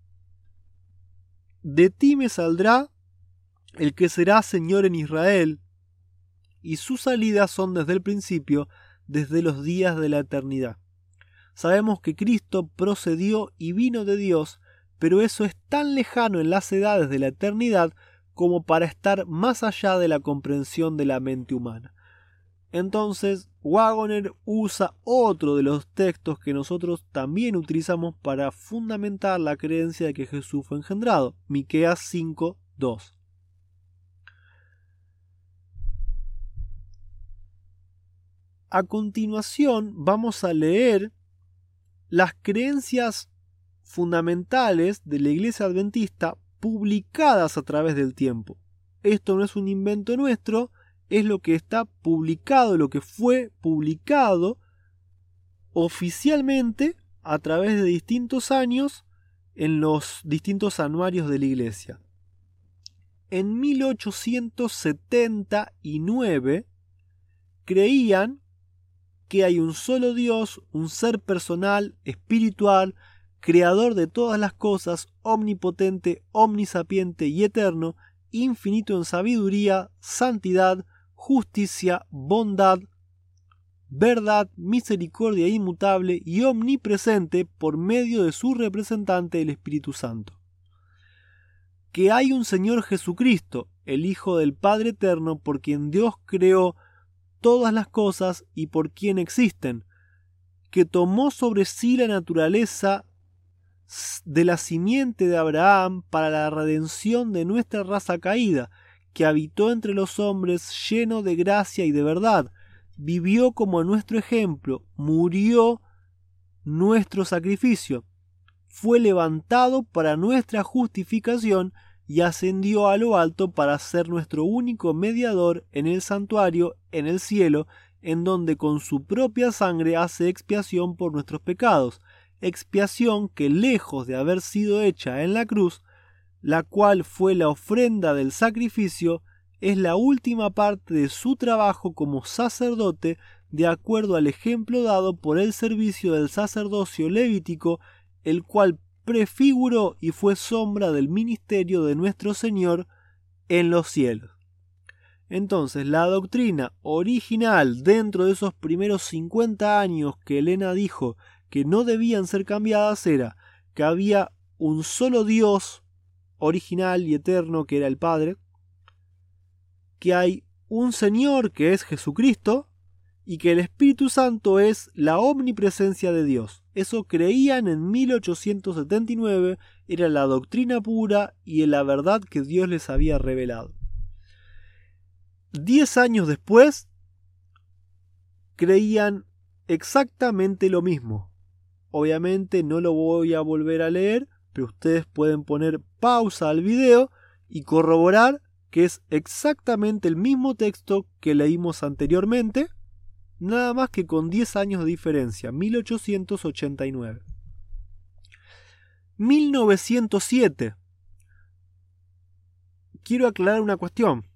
de ti me saldrá el que será Señor en Israel, y sus salidas son desde el principio, desde los días de la eternidad. Sabemos que Cristo procedió y vino de Dios, pero eso es tan lejano en las edades de la eternidad como para estar más allá de la comprensión de la mente humana. Entonces, Waggoner usa otro de los textos que nosotros también utilizamos para fundamentar la creencia de que Jesús fue engendrado, Miqueas cinco dos. A continuación vamos a leer las creencias fundamentales de la Iglesia Adventista publicadas a través del tiempo. Esto no es un invento nuestro, es lo que está publicado, lo que fue publicado oficialmente a través de distintos años en los distintos anuarios de la Iglesia. en mil ochocientos setenta y nueve creían que hay un solo Dios, un ser personal, espiritual, creador de todas las cosas, omnipotente, omnisapiente y eterno, infinito en sabiduría, santidad, justicia, bondad, verdad, misericordia inmutable y omnipresente por medio de su representante, el Espíritu Santo. Que hay un Señor Jesucristo, el Hijo del Padre Eterno, por quien Dios creó todas las cosas y por quien existen, que tomó sobre sí la naturaleza de la simiente de Abraham para la redención de nuestra raza caída, que habitó entre los hombres lleno de gracia y de verdad, vivió como nuestro ejemplo, murió nuestro sacrificio, fue levantado para nuestra justificación y ascendió a lo alto para ser nuestro único mediador en el santuario, en el cielo, en donde con su propia sangre hace expiación por nuestros pecados, expiación que, lejos de haber sido hecha en la cruz, la cual fue la ofrenda del sacrificio, es la última parte de su trabajo como sacerdote, de acuerdo al ejemplo dado por el servicio del sacerdocio levítico, el cual prefiguró y fue sombra del ministerio de nuestro Señor en los cielos. Entonces, la doctrina original dentro de esos primeros cincuenta años que Elena dijo que no debían ser cambiadas era que había un solo Dios original y eterno, que era el Padre, que hay un Señor que es Jesucristo y que el Espíritu Santo es la omnipresencia de Dios. Eso creían en mil ochocientos setenta y nueve, era la doctrina pura y la verdad que Dios les había revelado. Diez años después, creían exactamente lo mismo. Obviamente no lo voy a volver a leer, pero ustedes pueden poner pausa al video y corroborar que es exactamente el mismo texto que leímos anteriormente, nada más que con diez años de diferencia, mil ochocientos ochenta y nueve. mil novecientos siete. Quiero aclarar una cuestión.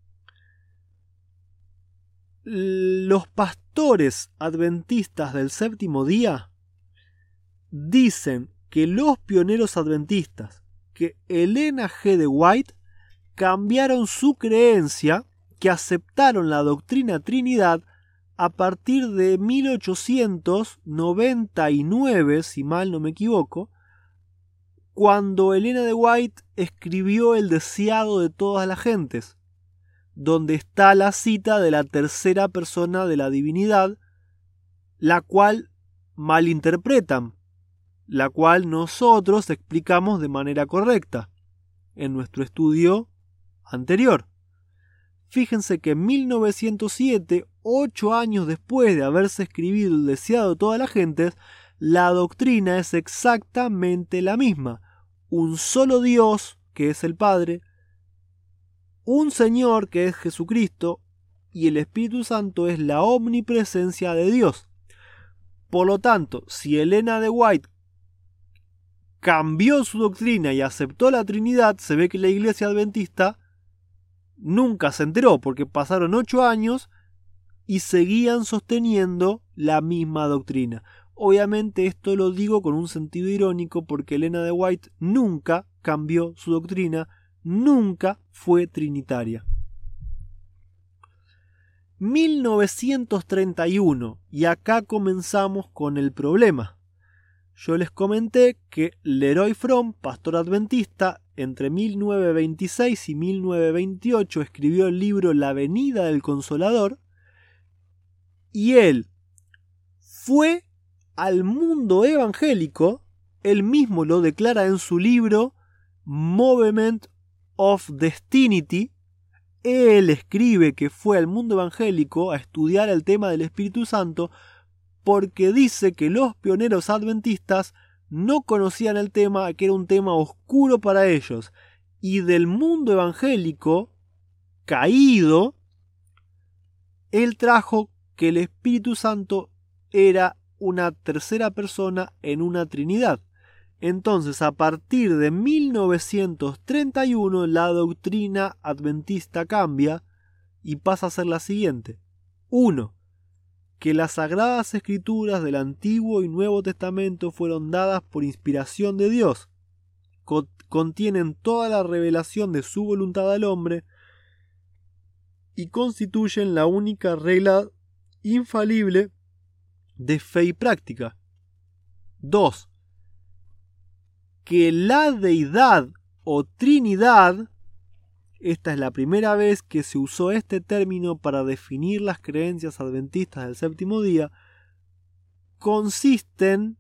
Los pastores adventistas del séptimo día dicen que los pioneros adventistas, que Elena G. de White, cambiaron su creencia, que aceptaron la doctrina Trinidad a partir de mil ochocientos noventa y nueve, si mal no me equivoco, cuando Elena de White escribió El deseado de todas las gentes, donde está la cita de la tercera persona de la divinidad, la cual malinterpretan, la cual nosotros explicamos de manera correcta en nuestro estudio anterior. Fíjense que en mil novecientos siete, ocho años después de haberse escribido El deseado de todas las gentes, la doctrina es exactamente la misma. Un solo Dios, que es el Padre, un Señor, que es Jesucristo, y el Espíritu Santo es la omnipresencia de Dios. Por lo tanto, si Elena de White cambió su doctrina y aceptó la Trinidad, se ve que la Iglesia Adventista nunca se enteró, porque pasaron ocho años y seguían sosteniendo la misma doctrina. Obviamente esto lo digo con un sentido irónico, porque Elena de White nunca cambió su doctrina, nunca fue trinitaria. mil novecientos treinta y uno, y acá comenzamos con el problema. Yo les comenté que Leroy Fromm, pastor adventista, entre mil novecientos veintiséis y mil novecientos veintiocho escribió el libro La venida del Consolador, y él fue al mundo evangélico, él mismo lo declara en su libro Movement of Destiny. Él escribe que fue al mundo evangélico a estudiar el tema del Espíritu Santo, porque dice que los pioneros adventistas no conocían el tema, que era un tema oscuro para ellos, y del mundo evangélico caído, él trajo que el Espíritu Santo era una tercera persona en una Trinidad. Entonces, a partir de mil novecientos treinta y uno, la doctrina adventista cambia y pasa a ser la siguiente. uno. Que las sagradas escrituras del Antiguo y Nuevo Testamento fueron dadas por inspiración de Dios. Contienen toda la revelación de su voluntad al hombre y constituyen la única regla infalible de fe y práctica. dos. Que la deidad o Trinidad, esta es la primera vez que se usó este término para definir las creencias adventistas del séptimo día, consisten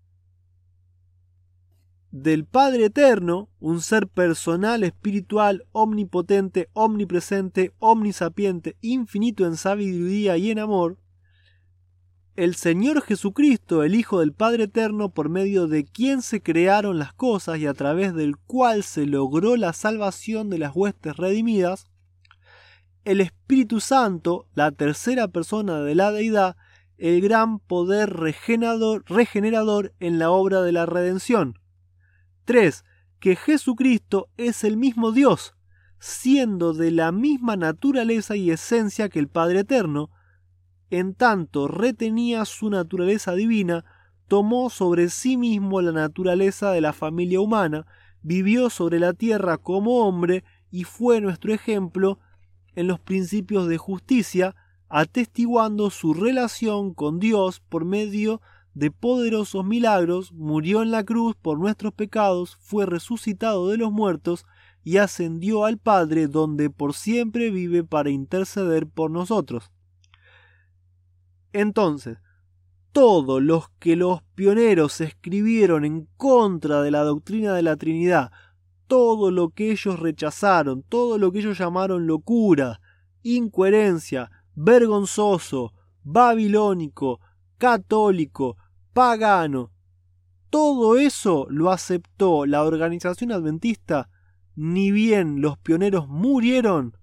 del Padre Eterno, un ser personal, espiritual, omnipotente, omnipresente, omnisapiente, infinito en sabiduría y en amor, el Señor Jesucristo, el Hijo del Padre Eterno, por medio de quien se crearon las cosas y a través del cual se logró la salvación de las huestes redimidas, el Espíritu Santo, la tercera persona de la deidad, el gran poder regenerador, regenerador en la obra de la redención. tres. Que Jesucristo es el mismo Dios, siendo de la misma naturaleza y esencia que el Padre Eterno. En tanto retenía su naturaleza divina, tomó sobre sí mismo la naturaleza de la familia humana, vivió sobre la tierra como hombre y fue nuestro ejemplo en los principios de justicia, atestiguando su relación con Dios por medio de poderosos milagros, murió en la cruz por nuestros pecados, fue resucitado de los muertos y ascendió al Padre, donde por siempre vive para interceder por nosotros. Entonces, todos los que los pioneros escribieron en contra de la doctrina de la Trinidad, todo lo que ellos rechazaron, todo lo que ellos llamaron locura, incoherencia, vergonzoso, babilónico, católico, pagano, todo eso lo aceptó la organización adventista, ni bien los pioneros murieron,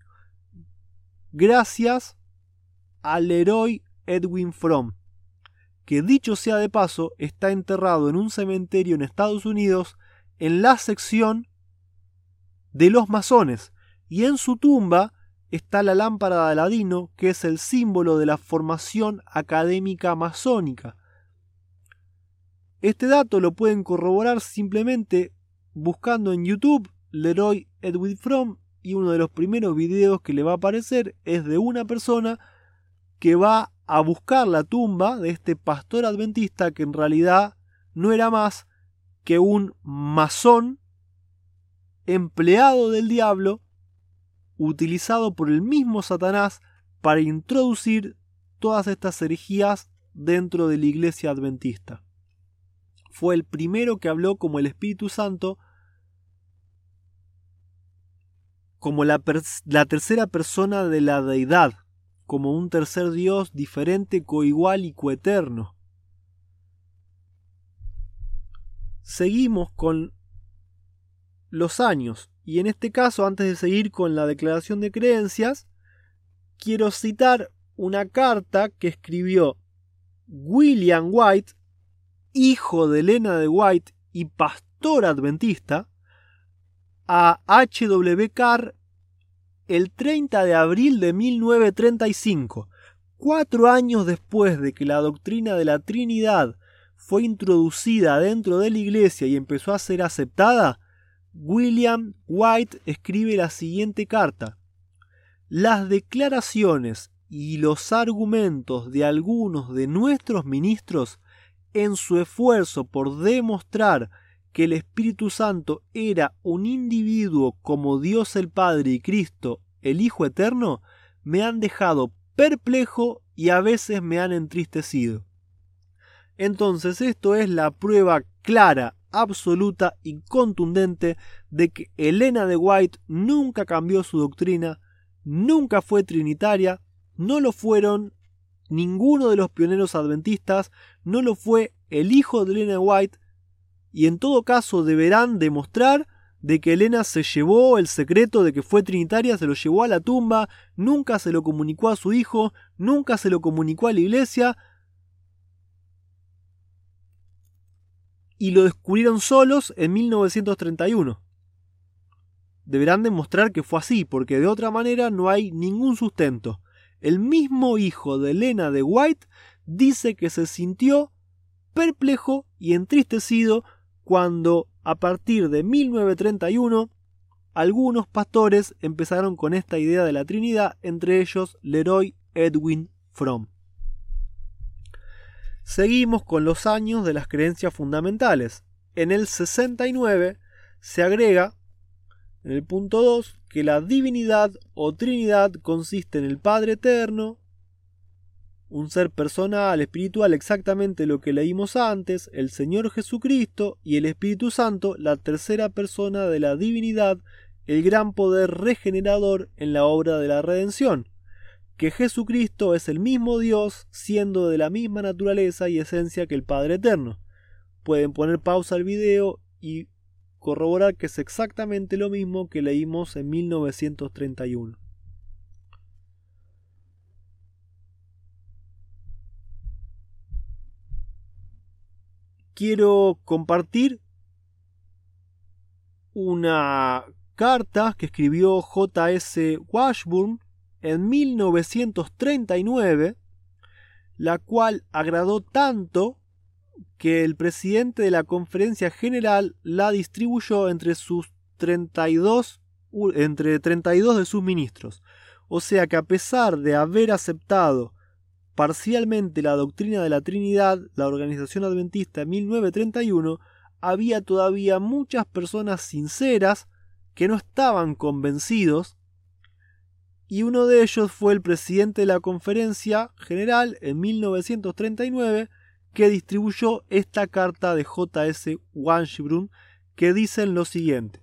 gracias al héroe Edwin Fromm, que dicho sea de paso está enterrado en un cementerio en Estados Unidos en la sección de los masones, y en su tumba está la lámpara de Aladino, que es el símbolo de la formación académica masónica. Este dato lo pueden corroborar simplemente buscando en YouTube Leroy Edwin Fromm, y uno de los primeros videos que le va a aparecer es de una persona que va a buscar la tumba de este pastor adventista que en realidad no era más que un masón empleado del diablo, utilizado por el mismo Satanás para introducir todas estas herejías dentro de la iglesia adventista. Fue el primero que habló como el Espíritu Santo, como la, la tercera persona de la deidad, como un tercer Dios diferente, coigual y coeterno. Seguimos con los años, y en este caso, antes de seguir con la declaración de creencias, quiero citar una carta que escribió William White, hijo de Elena de White y pastor adventista, a H W Carr el treinta de abril de mil novecientos treinta y cinco, cuatro años después de que la doctrina de la Trinidad fue introducida dentro de la iglesia y empezó a ser aceptada. William White escribe la siguiente carta: las declaraciones y los argumentos de algunos de nuestros ministros en su esfuerzo por demostrar que el Espíritu Santo era un individuo como Dios el Padre y Cristo, el Hijo Eterno, me han dejado perplejo y a veces me han entristecido. Entonces esto es la prueba clara, absoluta y contundente de que Elena de White nunca cambió su doctrina, nunca fue trinitaria, no lo fueron ninguno de los pioneros adventistas, no lo fue el hijo de Elena de White, y en todo caso deberán demostrar de que Elena se llevó el secreto de que fue trinitaria, se lo llevó a la tumba, nunca se lo comunicó a su hijo, nunca se lo comunicó a la iglesia. y lo descubrieron solos en mil novecientos treinta y uno. Deberán demostrar que fue así, porque de otra manera no hay ningún sustento. El mismo hijo de Elena de White dice que se sintió perplejo y entristecido cuando, a partir de mil novecientos treinta y uno, algunos pastores empezaron con esta idea de la Trinidad, entre ellos Leroy Edwin Fromm. Seguimos con los años de las creencias fundamentales. En el sesenta y nueve se agrega, en el punto dos, que la divinidad o Trinidad consiste en el Padre Eterno, un ser personal, espiritual, exactamente lo que leímos antes, el Señor Jesucristo y el Espíritu Santo, la tercera persona de la divinidad, el gran poder regenerador en la obra de la redención, que Jesucristo es el mismo Dios, siendo de la misma naturaleza y esencia que el Padre Eterno. Pueden poner pausa al video y corroborar que es exactamente lo mismo que leímos en mil novecientos treinta y uno. Quiero compartir una carta que escribió J S Washburn en mil novecientos treinta y nueve, la cual agradó tanto que el presidente de la Conferencia General la distribuyó entre sus treinta y dos, entre treinta y dos de sus ministros. O sea que, a pesar de haber aceptado parcialmente la doctrina de la Trinidad, la Organización Adventista en mil novecientos treinta y uno, había todavía muchas personas sinceras que no estaban convencidos, y uno de ellos fue el presidente de la Conferencia General en mil novecientos treinta y nueve, que distribuyó esta carta de J S Washburn, que dicen lo siguiente: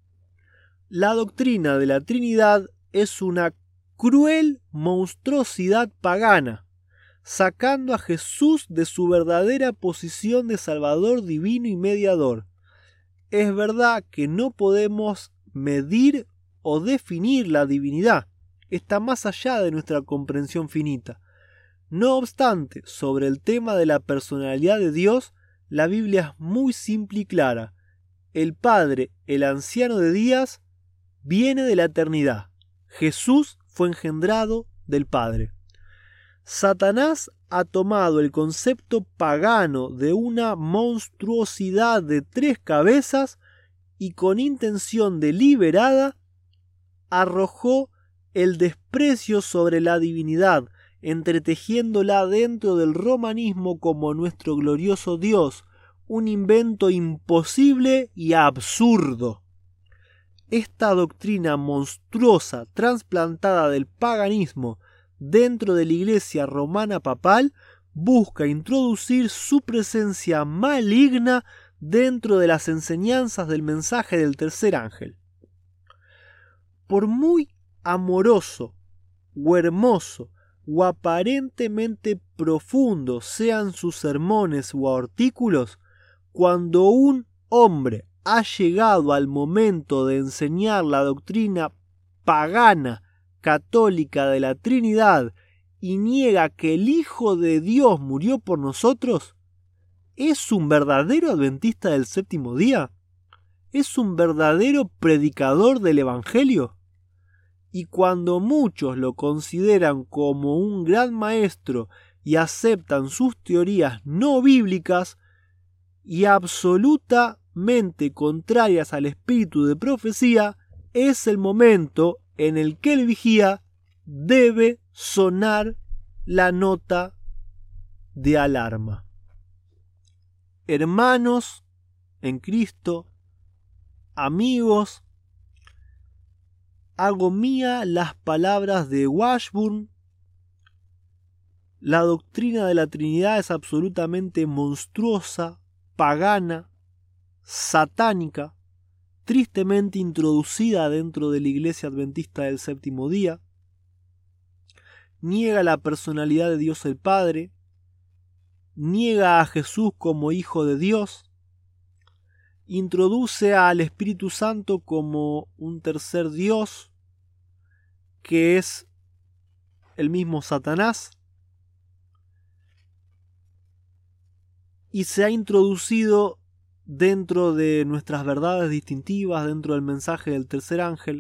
la doctrina de la Trinidad es una cruel monstruosidad pagana, sacando a Jesús de su verdadera posición de Salvador divino y mediador. Es verdad que no podemos medir o definir la divinidad, está más allá de nuestra comprensión finita. No obstante, sobre el tema de la personalidad de Dios, la Biblia es muy simple y clara. El Padre, el anciano de días, viene de la eternidad. Jesús fue engendrado del Padre. Satanás ha tomado el concepto pagano de una monstruosidad de tres cabezas y, con intención deliberada, arrojó el desprecio sobre la divinidad, entretejiéndola dentro del romanismo como nuestro glorioso Dios, un invento imposible y absurdo. Esta doctrina monstruosa, trasplantada del paganismo dentro de la Iglesia romana papal, busca introducir su presencia maligna dentro de las enseñanzas del mensaje del tercer ángel. Por muy amoroso o hermoso o aparentemente profundos sean sus sermones o artículos, cuando un hombre ha llegado al momento de enseñar la doctrina pagana católica de la Trinidad y niega que el Hijo de Dios murió por nosotros, ¿es un verdadero adventista del séptimo día? ¿Es un verdadero predicador del Evangelio? Y cuando muchos lo consideran como un gran maestro y aceptan sus teorías no bíblicas y absolutamente contrarias al espíritu de profecía, es el momento en el que el vigía debe sonar la nota de alarma. Hermanos en Cristo, amigos, hago mía las palabras de Washburn. La doctrina de la Trinidad es absolutamente monstruosa, pagana, satánica, tristemente introducida dentro de la Iglesia Adventista del Séptimo Día. Niega la personalidad de Dios el Padre, niega a Jesús como Hijo de Dios, introduce al Espíritu Santo como un tercer Dios, que es el mismo Satanás, y se ha introducido dentro de nuestras verdades distintivas, dentro del mensaje del tercer ángel.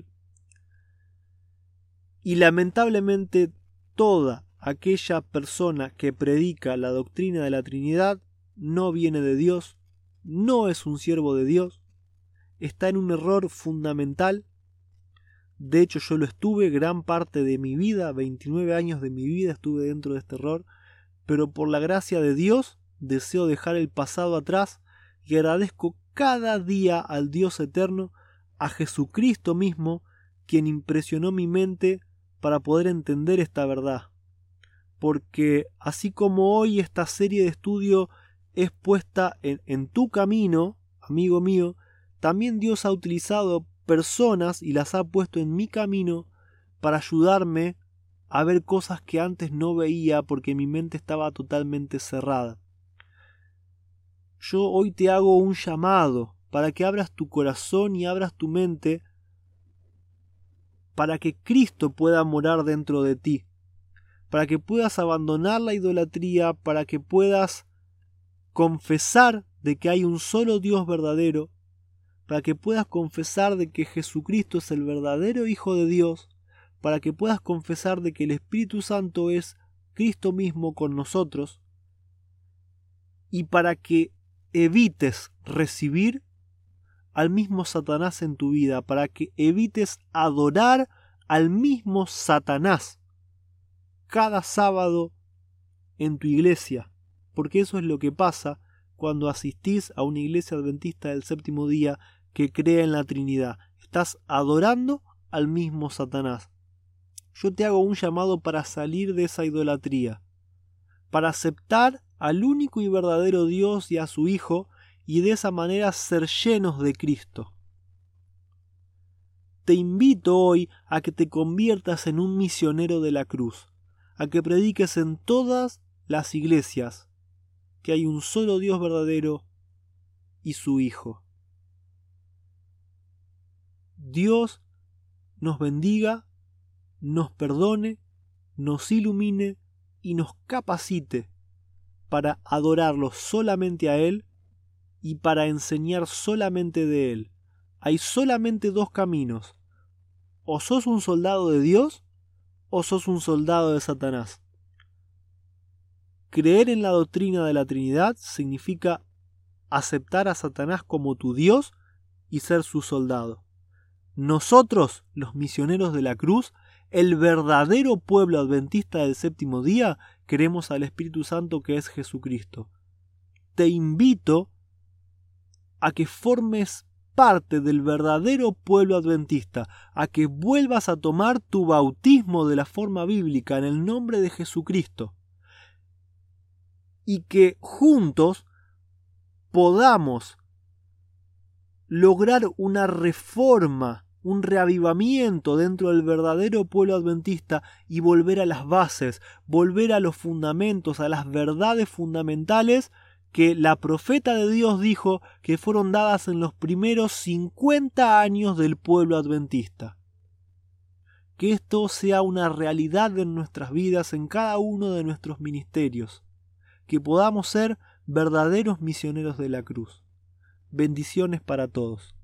Y lamentablemente toda aquella persona que predica la doctrina de la Trinidad no viene de Dios, no es un siervo de Dios, está en un error fundamental. De hecho, yo lo estuve gran parte de mi vida, veintinueve años de mi vida estuve dentro de este error, pero por la gracia de Dios deseo dejar el pasado atrás y agradezco cada día al Dios eterno, a Jesucristo mismo, quien impresionó mi mente para poder entender esta verdad. Porque así como hoy esta serie de estudio es puesta en, en tu camino, amigo mío, también Dios ha utilizado personas y las ha puesto en mi camino para ayudarme a ver cosas que antes no veía porque mi mente estaba totalmente cerrada. Yo hoy te hago un llamado para que abras tu corazón y abras tu mente para que Cristo pueda morar dentro de ti, para que puedas abandonar la idolatría, para que puedas confesar de que hay un solo Dios verdadero, para que puedas confesar de que Jesucristo es el verdadero Hijo de Dios, para que puedas confesar de que el Espíritu Santo es Cristo mismo con nosotros, y para que evites recibir al mismo Satanás en tu vida, para que evites adorar al mismo Satanás cada sábado en tu iglesia, porque eso es lo que pasa cuando asistís a una iglesia adventista del séptimo día que cree en la Trinidad. Estás adorando al mismo Satanás. Yo te hago un llamado para salir de esa idolatría, para aceptar al único y verdadero Dios y a su Hijo, y de esa manera ser llenos de Cristo. Te invito hoy a que te conviertas en un misionero de la cruz, a que prediques en todas las iglesias que hay un solo Dios verdadero y su Hijo. Dios nos bendiga, nos perdone, nos ilumine y nos capacite para adorarlo solamente a Él y para enseñar solamente de Él. Hay solamente dos caminos: o sos un soldado de Dios o sos un soldado de Satanás. Creer en la doctrina de la Trinidad significa aceptar a Satanás como tu Dios y ser su soldado. Nosotros, los misioneros de la cruz, el verdadero pueblo adventista del séptimo día, queremos al Espíritu Santo que es Jesucristo. Te invito a que formes parte del verdadero pueblo adventista, a que vuelvas a tomar tu bautismo de la forma bíblica en el nombre de Jesucristo y que juntos podamos lograr una reforma, un reavivamiento dentro del verdadero pueblo adventista y volver a las bases, volver a los fundamentos, a las verdades fundamentales que la profeta de Dios dijo que fueron dadas en los primeros cincuenta años del pueblo adventista. Que esto sea una realidad en nuestras vidas, en cada uno de nuestros ministerios. Que podamos ser verdaderos misioneros de la cruz. Bendiciones para todos.